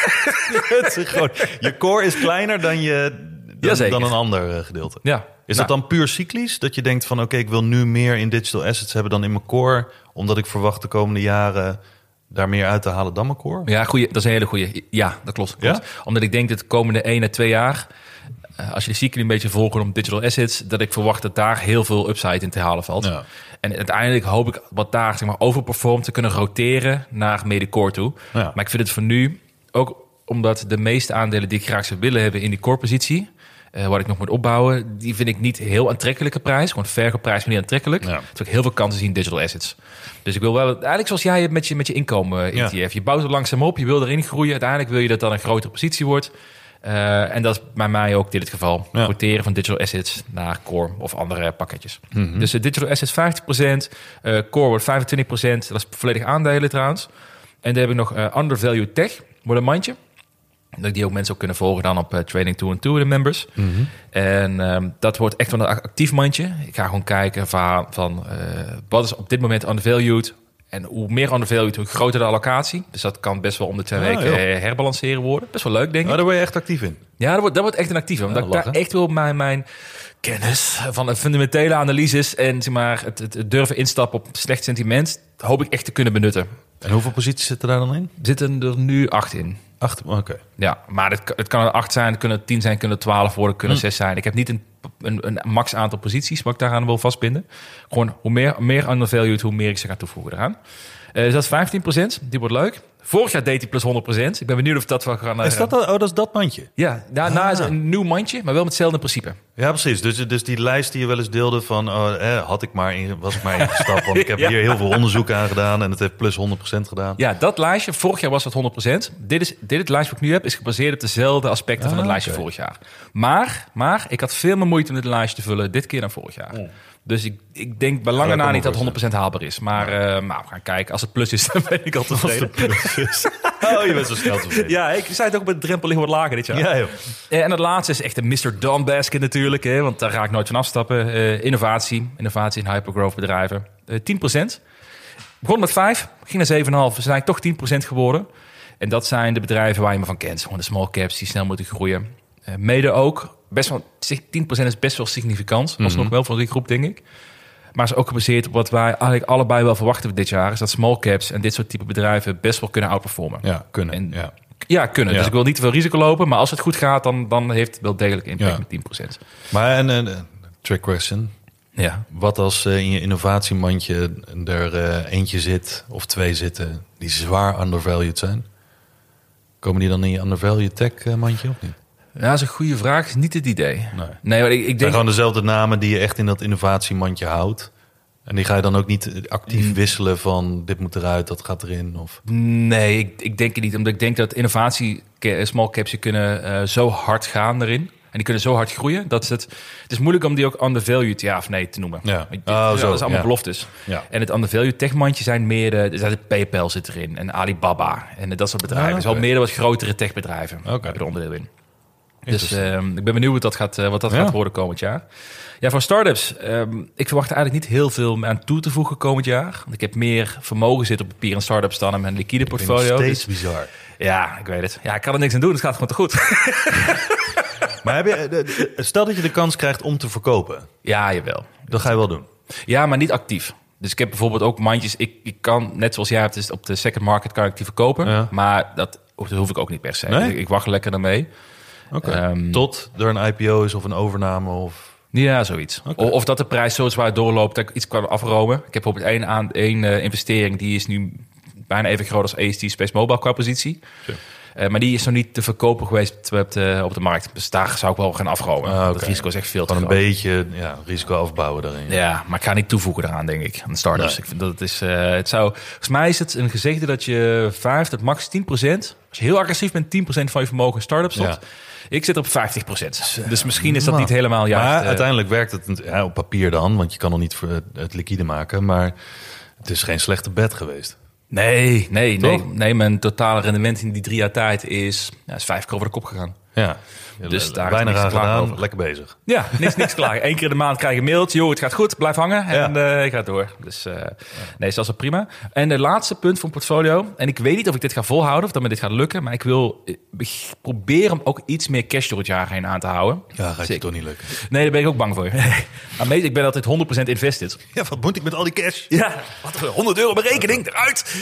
het is gewoon, je core is kleiner dan, je, dan, Jazeker. dan een ander uh, gedeelte. Ja. Is Nou, dat dan puur cyclisch? Dat je denkt van, oké, ik wil nu meer in digital assets hebben dan in mijn core, omdat ik verwacht de komende jaren daar meer uit te halen dan mijn core? Ja, goeie, dat is een hele goeie. Ja, dat klopt. klopt. Ja? Omdat ik denk dat de komende één à twee jaar, uh, als je de cycli een beetje volgt om digital assets, dat ik verwacht dat daar heel veel upside in te halen valt. Ja. En uiteindelijk hoop ik wat daar zeg maar overperformt te kunnen roteren naar mede core toe. Ja. Maar ik vind het voor nu, ook omdat de meeste aandelen die ik graag zou willen hebben in die core positie, uh, wat ik nog moet opbouwen, die vind ik niet heel aantrekkelijke prijs. Gewoon fair geprijsd, maar niet aantrekkelijk. Ja. Er zijn ook heel veel kansen zien in digital assets. Dus ik wil wel, eigenlijk zoals jij hebt met je, met je inkomen E T F. Ja. Je bouwt het langzaam op, je wil erin groeien. Uiteindelijk wil je dat dan een grotere positie wordt. Uh, en dat is bij mij ook dit het geval. Ja. Roteren van digital assets naar core of andere pakketjes. Mhm. Dus uh, digital assets vijftig procent, uh, core wordt vijfentwintig procent. Dat is volledig aandelen trouwens. En dan heb ik nog uh, undervalued tech, wordt een mandje. Dat die ook mensen ook kunnen volgen dan op uh, Trading two and two, de members. Mhm. En um, dat wordt echt wel een actief mandje. Ik ga gewoon kijken van, van uh, wat is op dit moment undervalued En hoe meer undervalued, hoe groter de allocatie. Dus dat kan best wel om de twee Ah, weken joh. herbalanceren worden. Best wel leuk, denk ik. Oh, daar word je echt actief in. Ja, dat wordt, dat wordt echt een actieve. Omdat Ja, ik daar lachen. echt wel mijn, mijn kennis van de fundamentele analyses... en zeg maar, het, het, het durven instappen op slecht sentiment... hoop ik echt te kunnen benutten. En hoeveel posities zitten daar dan in? Zitten er nu acht in. Acht, oké. Ja, maar het, het kan er acht zijn, het kunnen er tien zijn, kunnen er twaalf worden, kunnen er Hm. zes zijn. Ik heb niet een, een, een max aantal posities wat ik daaraan wil vastbinden. Gewoon hoe meer, meer undervalued, hoe meer ik ze ga toevoegen eraan. Uh, dus dat is vijftien procent, die wordt leuk. Vorig jaar deed hij plus honderd procent. Ik ben benieuwd of dat wel gaan... Uh, Is dat, dat, oh, dat is dat mandje? Ja, daarna Ah. is het een nieuw mandje, maar wel met hetzelfde principe. Ja, precies. Dus, dus die lijst die je wel eens deelde van... Oh, eh, had ik maar in, was ik maar ingestapt, want ik heb Ja. hier heel veel onderzoek aan gedaan... en het heeft plus honderd procent gedaan. Ja, dat lijstje, vorig jaar was dat honderd procent. Dit, is, dit het lijstje wat ik nu heb, is gebaseerd op dezelfde aspecten van het Ah, lijstje oké. vorig jaar. Maar, maar ik had veel meer moeite om dit lijstje te vullen dit keer dan vorig jaar. Dus ik, ik denk bij lange dat na kan niet me dat honderd procent haalbaar is. Maar uh, nou, we gaan kijken. Als het plus is, dan ben ik al tevreden. Oh, je bent zo snel tevreden. Ja, ik zei het ook, met de drempel liggen wat lager dit jaar. Ja, joh. Uh, en het laatste is echt een mister Donbasket natuurlijk. Hè, want daar ga ik nooit van afstappen. Uh, innovatie. Innovatie in hypergrowth bedrijven. Uh, tien procent. Begon met vijf, ging naar zeven komma vijf. We zijn eigenlijk toch tien procent geworden. En dat zijn de bedrijven waar je me van kent. Gewoon de small caps die snel moeten groeien. Uh, mede ook. Best wel, tien procent is best wel significant. Dat was Mm-hmm. nog wel voor die groep, denk ik. Maar is ook gebaseerd op wat wij eigenlijk allebei wel verwachten dit jaar. Is dat small caps en dit soort type bedrijven best wel kunnen outperformen. Ja, kunnen. En- ja. Ja, kunnen. Ja. Dus ik wil niet te veel risico lopen. Maar als het goed gaat, dan, dan heeft het wel degelijk impact Ja. met tien procent. Maar een, een, een trick question. Ja. Wat als uh, in je innovatiemandje er uh, eentje zit of twee zitten die zwaar undervalued zijn? Komen die dan in je undervalued tech uh, mandje of niet? Ja, dat is een goede vraag. Is niet het idee. Nee. Nee, maar ik, ik Het zijn denk... gewoon dezelfde namen die je echt in dat innovatiemandje houdt. En die ga je dan ook niet actief Mm. wisselen van dit moet eruit, dat gaat erin? Of... Nee, ik, ik denk het niet. Omdat ik denk dat innovatie, small caps, die kunnen uh, zo hard gaan erin. En die kunnen zo hard groeien. Dat het, het is moeilijk om die ook undervalued ja of nee te noemen. Ja. Dit- Oh, ja, zo, dat is allemaal ja. beloftes. Ja. En het undervalued techmandje zijn meer... De, de PayPal zit erin. En Alibaba. En dat soort bedrijven. Ah, Dus al oké. meer de wat grotere techbedrijven. Oké. Hebben er onderdeel in. Dus Interessant. um, ik ben benieuwd wat dat gaat, uh, wat dat Ja. gaat worden komend jaar. Ja, voor startups. Um, ik verwacht er eigenlijk niet heel veel aan toe te voegen komend jaar. Want ik heb meer vermogen zitten op papier en startups dan in mijn liquide portfolio. Steeds Dus, bizar. ja, ik weet het. Ja, ik kan er niks aan doen. Het gaat gewoon te goed. Maar heb je, de- de- stel dat je de kans krijgt om te verkopen. Ja, jawel. Dat ga je wel doen. Ja, maar niet actief. Dus ik heb bijvoorbeeld ook mandjes. Ik, ik kan, net zoals jij hebt, dus op de second market kan ik die verkopen. Ja. Maar dat, dat hoef ik ook niet per se. Nee? Ik, ik wacht lekker ermee. Oké. Ehm, Tot er een I P O is of een overname of... Ja, zoiets. Oké. O- Of dat de prijs zo zwaar doorloopt dat ik iets kan afromen. Ik heb bijvoorbeeld één, aan, één uh, investering, die is nu bijna even groot als A S T Space Mobile qua positie. Sure. Uh, maar die is nog niet te verkopen geweest op de, op de markt. Dus daar zou ik wel gaan afromen. Ah, oké. Dat risico is echt veel te Van een groot. beetje ja, risico afbouwen daarin. Ja, maar ik ga niet toevoegen eraan, denk ik, aan de startups. Nee. Ik vind dat het is, uh, het zou, volgens mij is het een gezegde dat je vijf tot max tien procent, als je heel agressief bent, tien procent van je vermogen in startups stopt. Ja. Ik zit op vijftig procent. Dus misschien is dat Man. niet helemaal juist. Maar uh, uiteindelijk werkt het ja, op papier dan, want je kan nog niet voor het liquide maken. Maar het is geen slechte bet geweest. Nee, nee, nee. Toch? Nee, mijn totale rendement in die drie jaar tijd is, ja, is vijf keer over de kop gegaan. Ja, Dus daar is weinig niks aan te klagen gedaan, over. lekker bezig. Ja, niks, niks klaar. Eén keer in de maand krijg je een mailtje. Joh, het gaat goed, blijf hangen. En Ja. uh, ik ga door. Dus uh, nee, dat is prima. En de laatste punt van portfolio. En ik weet niet of ik dit ga volhouden of dat me dit gaat lukken. Maar ik wil uh, proberen om ook iets meer cash door het jaar heen aan te houden. Ja, gaat je Zeker. toch niet lukken. Nee, daar ben ik ook bang voor. Maar meest, ik ben altijd honderd procent invested. Ja, wat moet ik met al die cash? Ja, wat honderd euro op mijn rekening, eruit.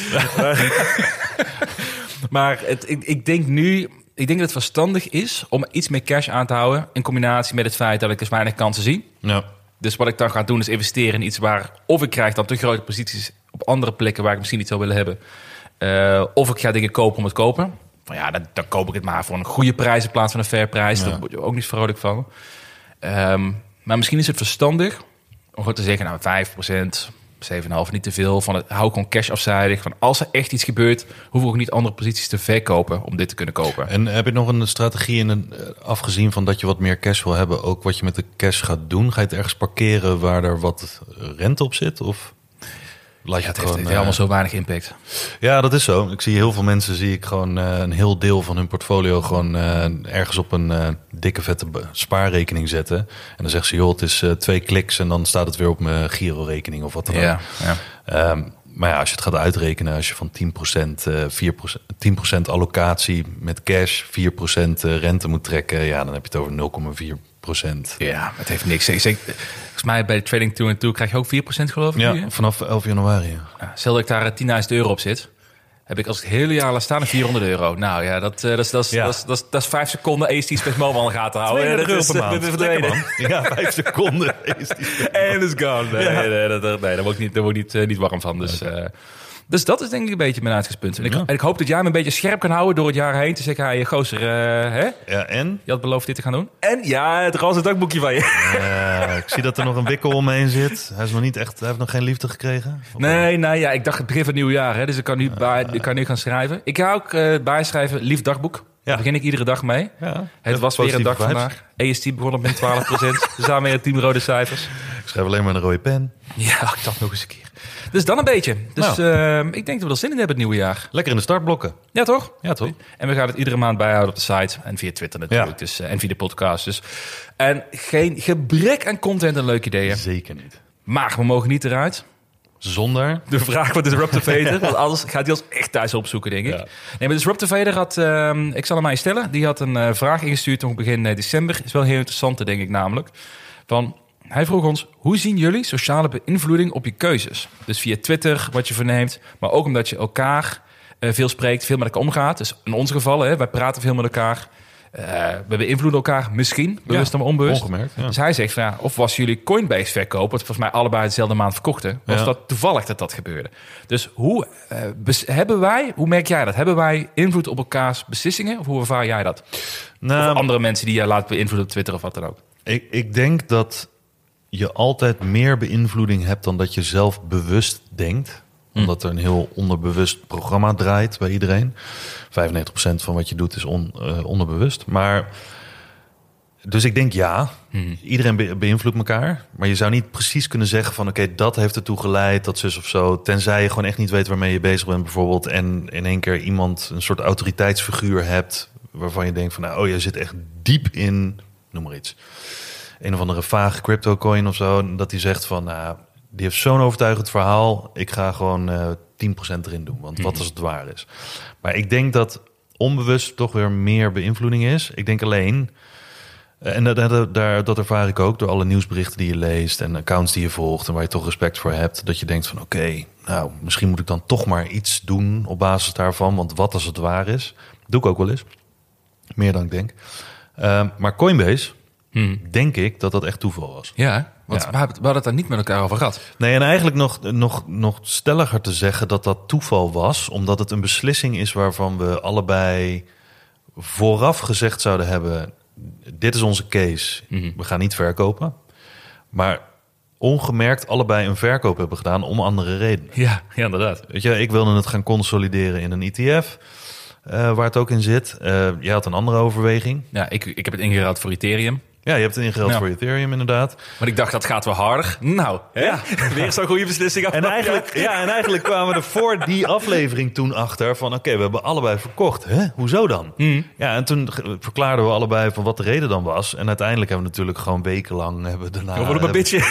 Maar het, ik, ik denk nu, ik denk dat het verstandig is om iets meer cash aan te houden. In combinatie met het feit dat ik dus weinig kansen zie. Ja. Dus wat ik dan ga doen is investeren in iets waar, of ik krijg dan te grote posities op andere plekken waar ik misschien niet zou willen hebben. Uh, of ik ga dingen kopen om het kopen. Van ja, dan, dan koop ik het maar voor een goede prijs in plaats van een fair prijs. Ja. Daar word je ook niet vrolijk van. Um, maar misschien is het verstandig om gewoon te zeggen, nou vijf procent, zeven komma vijf, niet te veel. Van het, hou gewoon cash afzijdig. Van als er echt iets gebeurt, hoef ik ook niet andere posities te verkopen om dit te kunnen kopen. En heb je nog een strategie in een, afgezien van dat je wat meer cash wil hebben, ook wat je met de cash gaat doen? Ga je het ergens parkeren waar er wat rente op zit? Of laat je Ja, het het heeft, gewoon... heeft uh, helemaal zo weinig impact. Ja, dat is zo. Ik zie heel veel mensen, zie ik gewoon uh, een heel deel van hun portfolio gewoon uh, ergens op een uh, dikke vette spaarrekening zetten. En dan zegt ze, joh, het is uh, twee kliks en dan staat het weer op mijn Giro-rekening of wat dan ook. Ja, ja. Um, maar ja, als je het gaat uitrekenen, als je van tien procent, uh, vier procent, tien procent allocatie met cash, vier procent rente moet trekken, ja, dan heb je het over nul komma vier procent. Ja, het heeft niks. Ik zeg, volgens mij bij de Trading two and two krijg je ook vier procent geloof ik. Ja, nu, vanaf elf januari. Ja. Ja, stel dat ik daar tienduizend euro op zit, heb ik als ik het hele jaar laat staan vierhonderd euro. Nou ja, dat, uh, dat, is, dat, is, ja. dat, is, dat, is, dat is vijf seconden A S T Space Mobile aan de gaten houden. Dat is per Dat is verdwenen. Ja, vijf seconden. En is gone. Nee, ja. nee, nee, nee, nee, daar word ik niet, daar word ik niet, uh, niet warm van. Dus, uh, dus dat is denk ik een beetje mijn uitgangspunt. En ik, ja. en ik hoop dat jij me een beetje scherp kan houden door het jaar heen. Te zeggen, hey, gozer, uh, hè? Ja, en? Je had beloofd dit te gaan doen. En ja, het roze dagboekje van je. Ja, ik zie dat er nog een wikkel omheen zit. Hij is nog niet echt, hij heeft nog geen liefde gekregen. Of Nee, nou ja, ik dacht het begin van het nieuwe jaar. Hè, dus ik kan nu, bij, ik kan nu gaan schrijven. Ik ga ook uh, bijschrijven, lief dagboek. Daar Ja. begin ik iedere dag mee. Ja, Het was weer een dag vibes. vandaag. A S T begonnen met twaalf procent. Samen met het team rode cijfers. Ik schrijf alleen maar een rode pen. Ja, ik dacht nog eens een keer. Dus dan een beetje. Dus Nou. uh, ik denk dat we er zin in hebben het nieuwe jaar. Lekker in de startblokken. Ja, toch? Ja, toch? En we gaan het iedere maand bijhouden op de site. En via Twitter natuurlijk. Ja. Dus, uh, en via de podcast. Dus. En geen gebrek aan content en leuke ideeën. Zeker niet. Maar we mogen niet eruit. Zonder. De vraag van Disruptive Vader. Want anders gaat hij ons echt thuis opzoeken, denk ik. Ja. Nee, maar Disruptive Vader had... Uh, ik zal hem aan je stellen. Die had een uh, vraag ingestuurd nog begin uh, december. Is wel heel interessant, denk ik namelijk. Van... Hij vroeg ons, hoe zien jullie sociale beïnvloeding op je keuzes? Dus via Twitter, wat je verneemt, maar ook omdat je elkaar uh, veel spreekt, veel met elkaar omgaat. Dus in ons geval, hè, wij praten veel met elkaar. Uh, we beïnvloeden elkaar misschien, bewust Ja, of onbewust. ongemerkt, ja. Dus hij zegt, van, ja, of was jullie Coinbase verkoop, wat volgens mij allebei dezelfde maand verkochten, was Ja. dat toevallig dat dat gebeurde. Dus hoe uh, bes- hebben wij, hoe merk jij dat? Hebben wij invloed op elkaars beslissingen? Of hoe ervaar jij dat? Nou, Of andere mensen die jij laat beïnvloeden op Twitter of wat dan ook? ik, ik denk dat je altijd meer beïnvloeding hebt dan dat je zelf bewust denkt. Hm. Omdat er een heel onderbewust programma draait bij iedereen. vijfennegentig procent van wat je doet is on, uh, onderbewust. Maar, dus ik denk ja, Hm. iedereen be- beïnvloedt elkaar. Maar je zou niet precies kunnen zeggen van oké, okay, dat heeft ertoe geleid, dat zus of zo. Tenzij je gewoon echt niet weet waarmee je bezig bent bijvoorbeeld. En in één keer iemand, een soort autoriteitsfiguur hebt waarvan je denkt van nou, oh, je zit echt diep in, noem maar iets. Een of andere vage crypto coin of zo. Dat die zegt van, nou, die heeft zo'n overtuigend verhaal. Ik ga gewoon uh, tien procent erin doen. Want wat als het waar is? Maar ik denk dat onbewust toch weer meer beïnvloeding is. Ik denk alleen, uh, en dat, dat, daar, dat ervaar ik ook door alle nieuwsberichten die je leest en accounts die je volgt en waar je toch respect voor hebt. Dat je denkt van oké, okay, nou, misschien moet ik dan toch maar iets doen op basis daarvan. Want wat als het waar is? Doe ik ook wel eens. Meer dan ik denk. Uh, maar Coinbase... Hmm. Denk ik dat dat echt toeval was. Ja, want ja. we hadden het daar niet met elkaar over gehad. Nee, en eigenlijk nog, nog, nog stelliger te zeggen dat dat toeval was, omdat het een beslissing is waarvan we allebei vooraf gezegd zouden hebben, dit is onze case, mm-hmm. we gaan niet verkopen. Maar ongemerkt allebei een verkoop hebben gedaan om andere redenen. Ja, ja inderdaad. Weet je, ik wilde het gaan consolideren in een E T F. Uh, waar het ook in zit. Uh, jij had een andere overweging. Ja, ik, ik heb het ingeruild voor Ethereum. Ja, je hebt het ingeruild ja. voor Ethereum inderdaad. Maar ik dacht, dat gaat wel harder. Nou, hè? Ja. Weer zo'n goede beslissing. En eigenlijk, ja, en eigenlijk kwamen we er voor die aflevering toen achter van... oké, okay, we hebben allebei verkocht. Hè? Hoezo dan? Mm. Ja, en toen verklaarden we allebei van wat de reden dan was. En uiteindelijk hebben we natuurlijk gewoon wekenlang... hebben we daarna... We worden een beetje...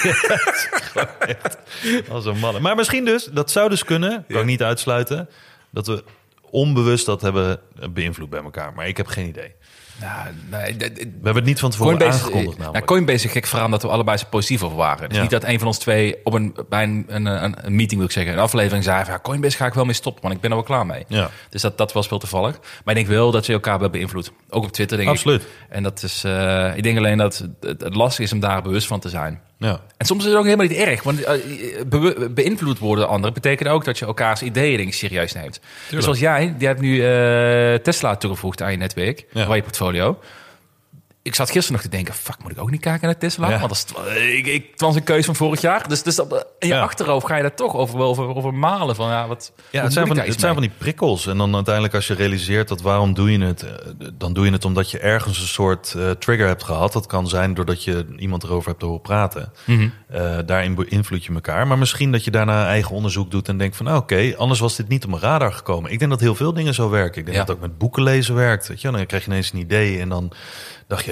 Als een mannen. Maar misschien dus, dat zou dus kunnen, kan ja. ik niet uitsluiten... dat we onbewust dat hebben beïnvloed bij elkaar. Maar ik heb geen idee. Nou, nee, d- d- we hebben het niet van tevoren Coinbase, aangekondigd namelijk. Nou, Coinbase is gek verhaal dat we allebei zo positief over waren. Dus ja. niet dat een van ons twee op een, bij een, een, een, een meeting, wil ik zeggen, een aflevering zei van ja, Coinbase ga ik wel mee stoppen, want ik ben er wel klaar mee. Ja. Dus dat, dat was wel toevallig. Maar ik denk wel dat ze elkaar hebben beïnvloed. Ook op Twitter, denk Absoluut. ik. Absoluut. En dat is, uh, ik denk alleen dat het, het lastig is om daar bewust van te zijn. Ja. En soms is het ook helemaal niet erg. Want be- beïnvloed worden door anderen betekent ook dat je elkaars ideeën denk ik, serieus neemt. Tuurlijk. Dus zoals jij, die hebt nu uh, Tesla toegevoegd aan je netwerk, ja. waar je portfolio. Ik zat gisteren nog te denken, fuck, moet ik ook niet kijken naar Tesla? Ja. Want dat is, ik, ik, het was een keuze van vorig jaar. Dus, dus op, in je ja. achterhoofd ga je daar toch over, over, over malen. Van, ja, wat, ja, het zijn, van, het zijn van die prikkels. En dan uiteindelijk als je realiseert dat waarom doe je het... dan doe je het omdat je ergens een soort uh, trigger hebt gehad. Dat kan zijn doordat je iemand erover hebt horen praten. Mm-hmm. Uh, daarin beïnvloed je elkaar. Maar misschien dat je daarna eigen onderzoek doet en denkt van... Nou, oké, okay, anders was dit niet op mijn radar gekomen. Ik denk dat heel veel dingen zo werken. Ik denk ja. dat het ook met boeken lezen werkt. Weet je? Dan krijg je ineens een idee en dan... dacht je,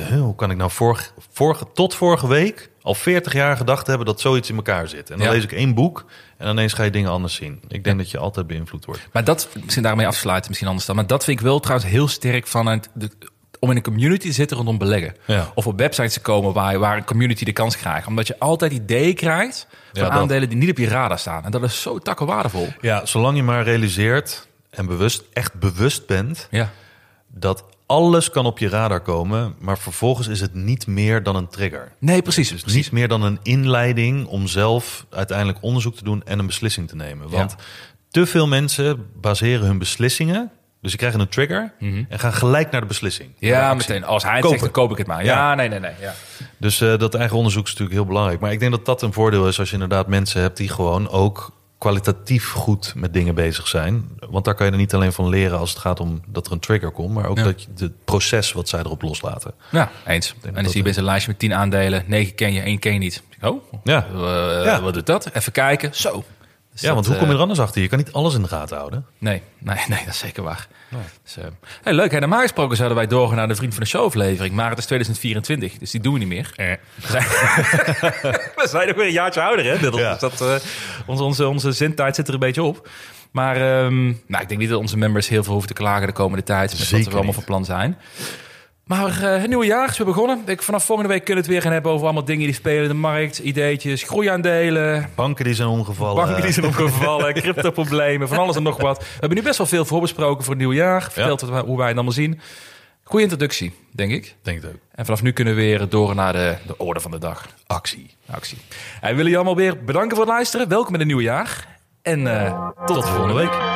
huh, hoe kan ik nou vorige, vorige, tot vorige week al veertig jaar gedacht hebben dat zoiets in elkaar zit. En dan Ja. lees ik één boek en dan ineens ga je dingen anders zien. Ik denk ja. dat je altijd beïnvloed wordt. Maar dat, misschien daarmee afsluiten, misschien anders dan. Maar dat vind ik wel trouwens heel sterk vanuit de, om in een community te zitten rondom beleggen. Ja. Of op websites te komen waar, waar een community de kans krijgt. Omdat je altijd ideeën krijgt van Ja, dat. aandelen die niet op je radar staan. En dat is zo takkenwaardevol. Ja, zolang je maar realiseert en bewust, echt bewust bent... Ja. dat alles kan op je radar komen, maar vervolgens is het niet meer dan een trigger. Nee, precies. Dus precies. niet meer dan een inleiding om zelf uiteindelijk onderzoek te doen en een beslissing te nemen. Want Ja. te veel mensen baseren hun beslissingen, dus ze krijgen een trigger en gaan gelijk naar de beslissing. Naar de Ja, actie. meteen. Als hij het Kopen. zegt, dan koop ik het maar. Ja, Ja. nee, nee, nee. Ja. Dus uh, dat eigen onderzoek is natuurlijk heel belangrijk. Maar ik denk dat dat een voordeel is als je inderdaad mensen hebt die gewoon ook kwalitatief goed met dingen bezig zijn. Want daar kan je er niet alleen van leren als het gaat om dat er een trigger komt, maar ook Ja. dat je het proces wat zij erop loslaten. Ja, eens. dat En dan dat zie je best een lijstje met tien aandelen. Negen ken je, één ken je niet. Oh, Ja. uh, Ja. wat doet dat? Even kijken. Zo. Dus Ja, want dat, hoe kom je uh, er anders achter? Je kan niet alles in de gaten houden. Nee, nee, nee, dat is zeker waar. Dus, uh, hey, leuk, hè, normaal gesproken zouden wij doorgaan naar de Vriend van de Show aflevering. Maar het is tweeduizend vierentwintig, dus die doen we niet meer. Eh. We, zijn, we zijn nog weer een jaartje ouder, hè? Dat, Ja. dus dat, uh, onze, onze, onze zendtijd zit er een beetje op. Maar um, nou, ik denk niet dat onze members heel veel hoeven te klagen de komende tijd. Met Zeker wat we allemaal niet. van plan zijn. Maar uh, het nieuwe jaar is weer begonnen. Ik, vanaf volgende week kunnen we het weer gaan hebben over allemaal dingen die spelen in de markt. Ideetjes, groeiaandelen. Banken die zijn omgevallen. Banken die zijn opgevallen, crypto-problemen, van alles en nog wat. We hebben nu best wel veel voorbesproken voor het nieuwe jaar. Verteld ja. hoe wij het allemaal zien. Goeie introductie, denk ik. Denk het ook. En vanaf nu kunnen we weer door naar de, de orde van de dag. Actie. Actie. En we willen je allemaal weer bedanken voor het luisteren. Welkom in het nieuwe jaar. En uh, tot, tot de volgende week.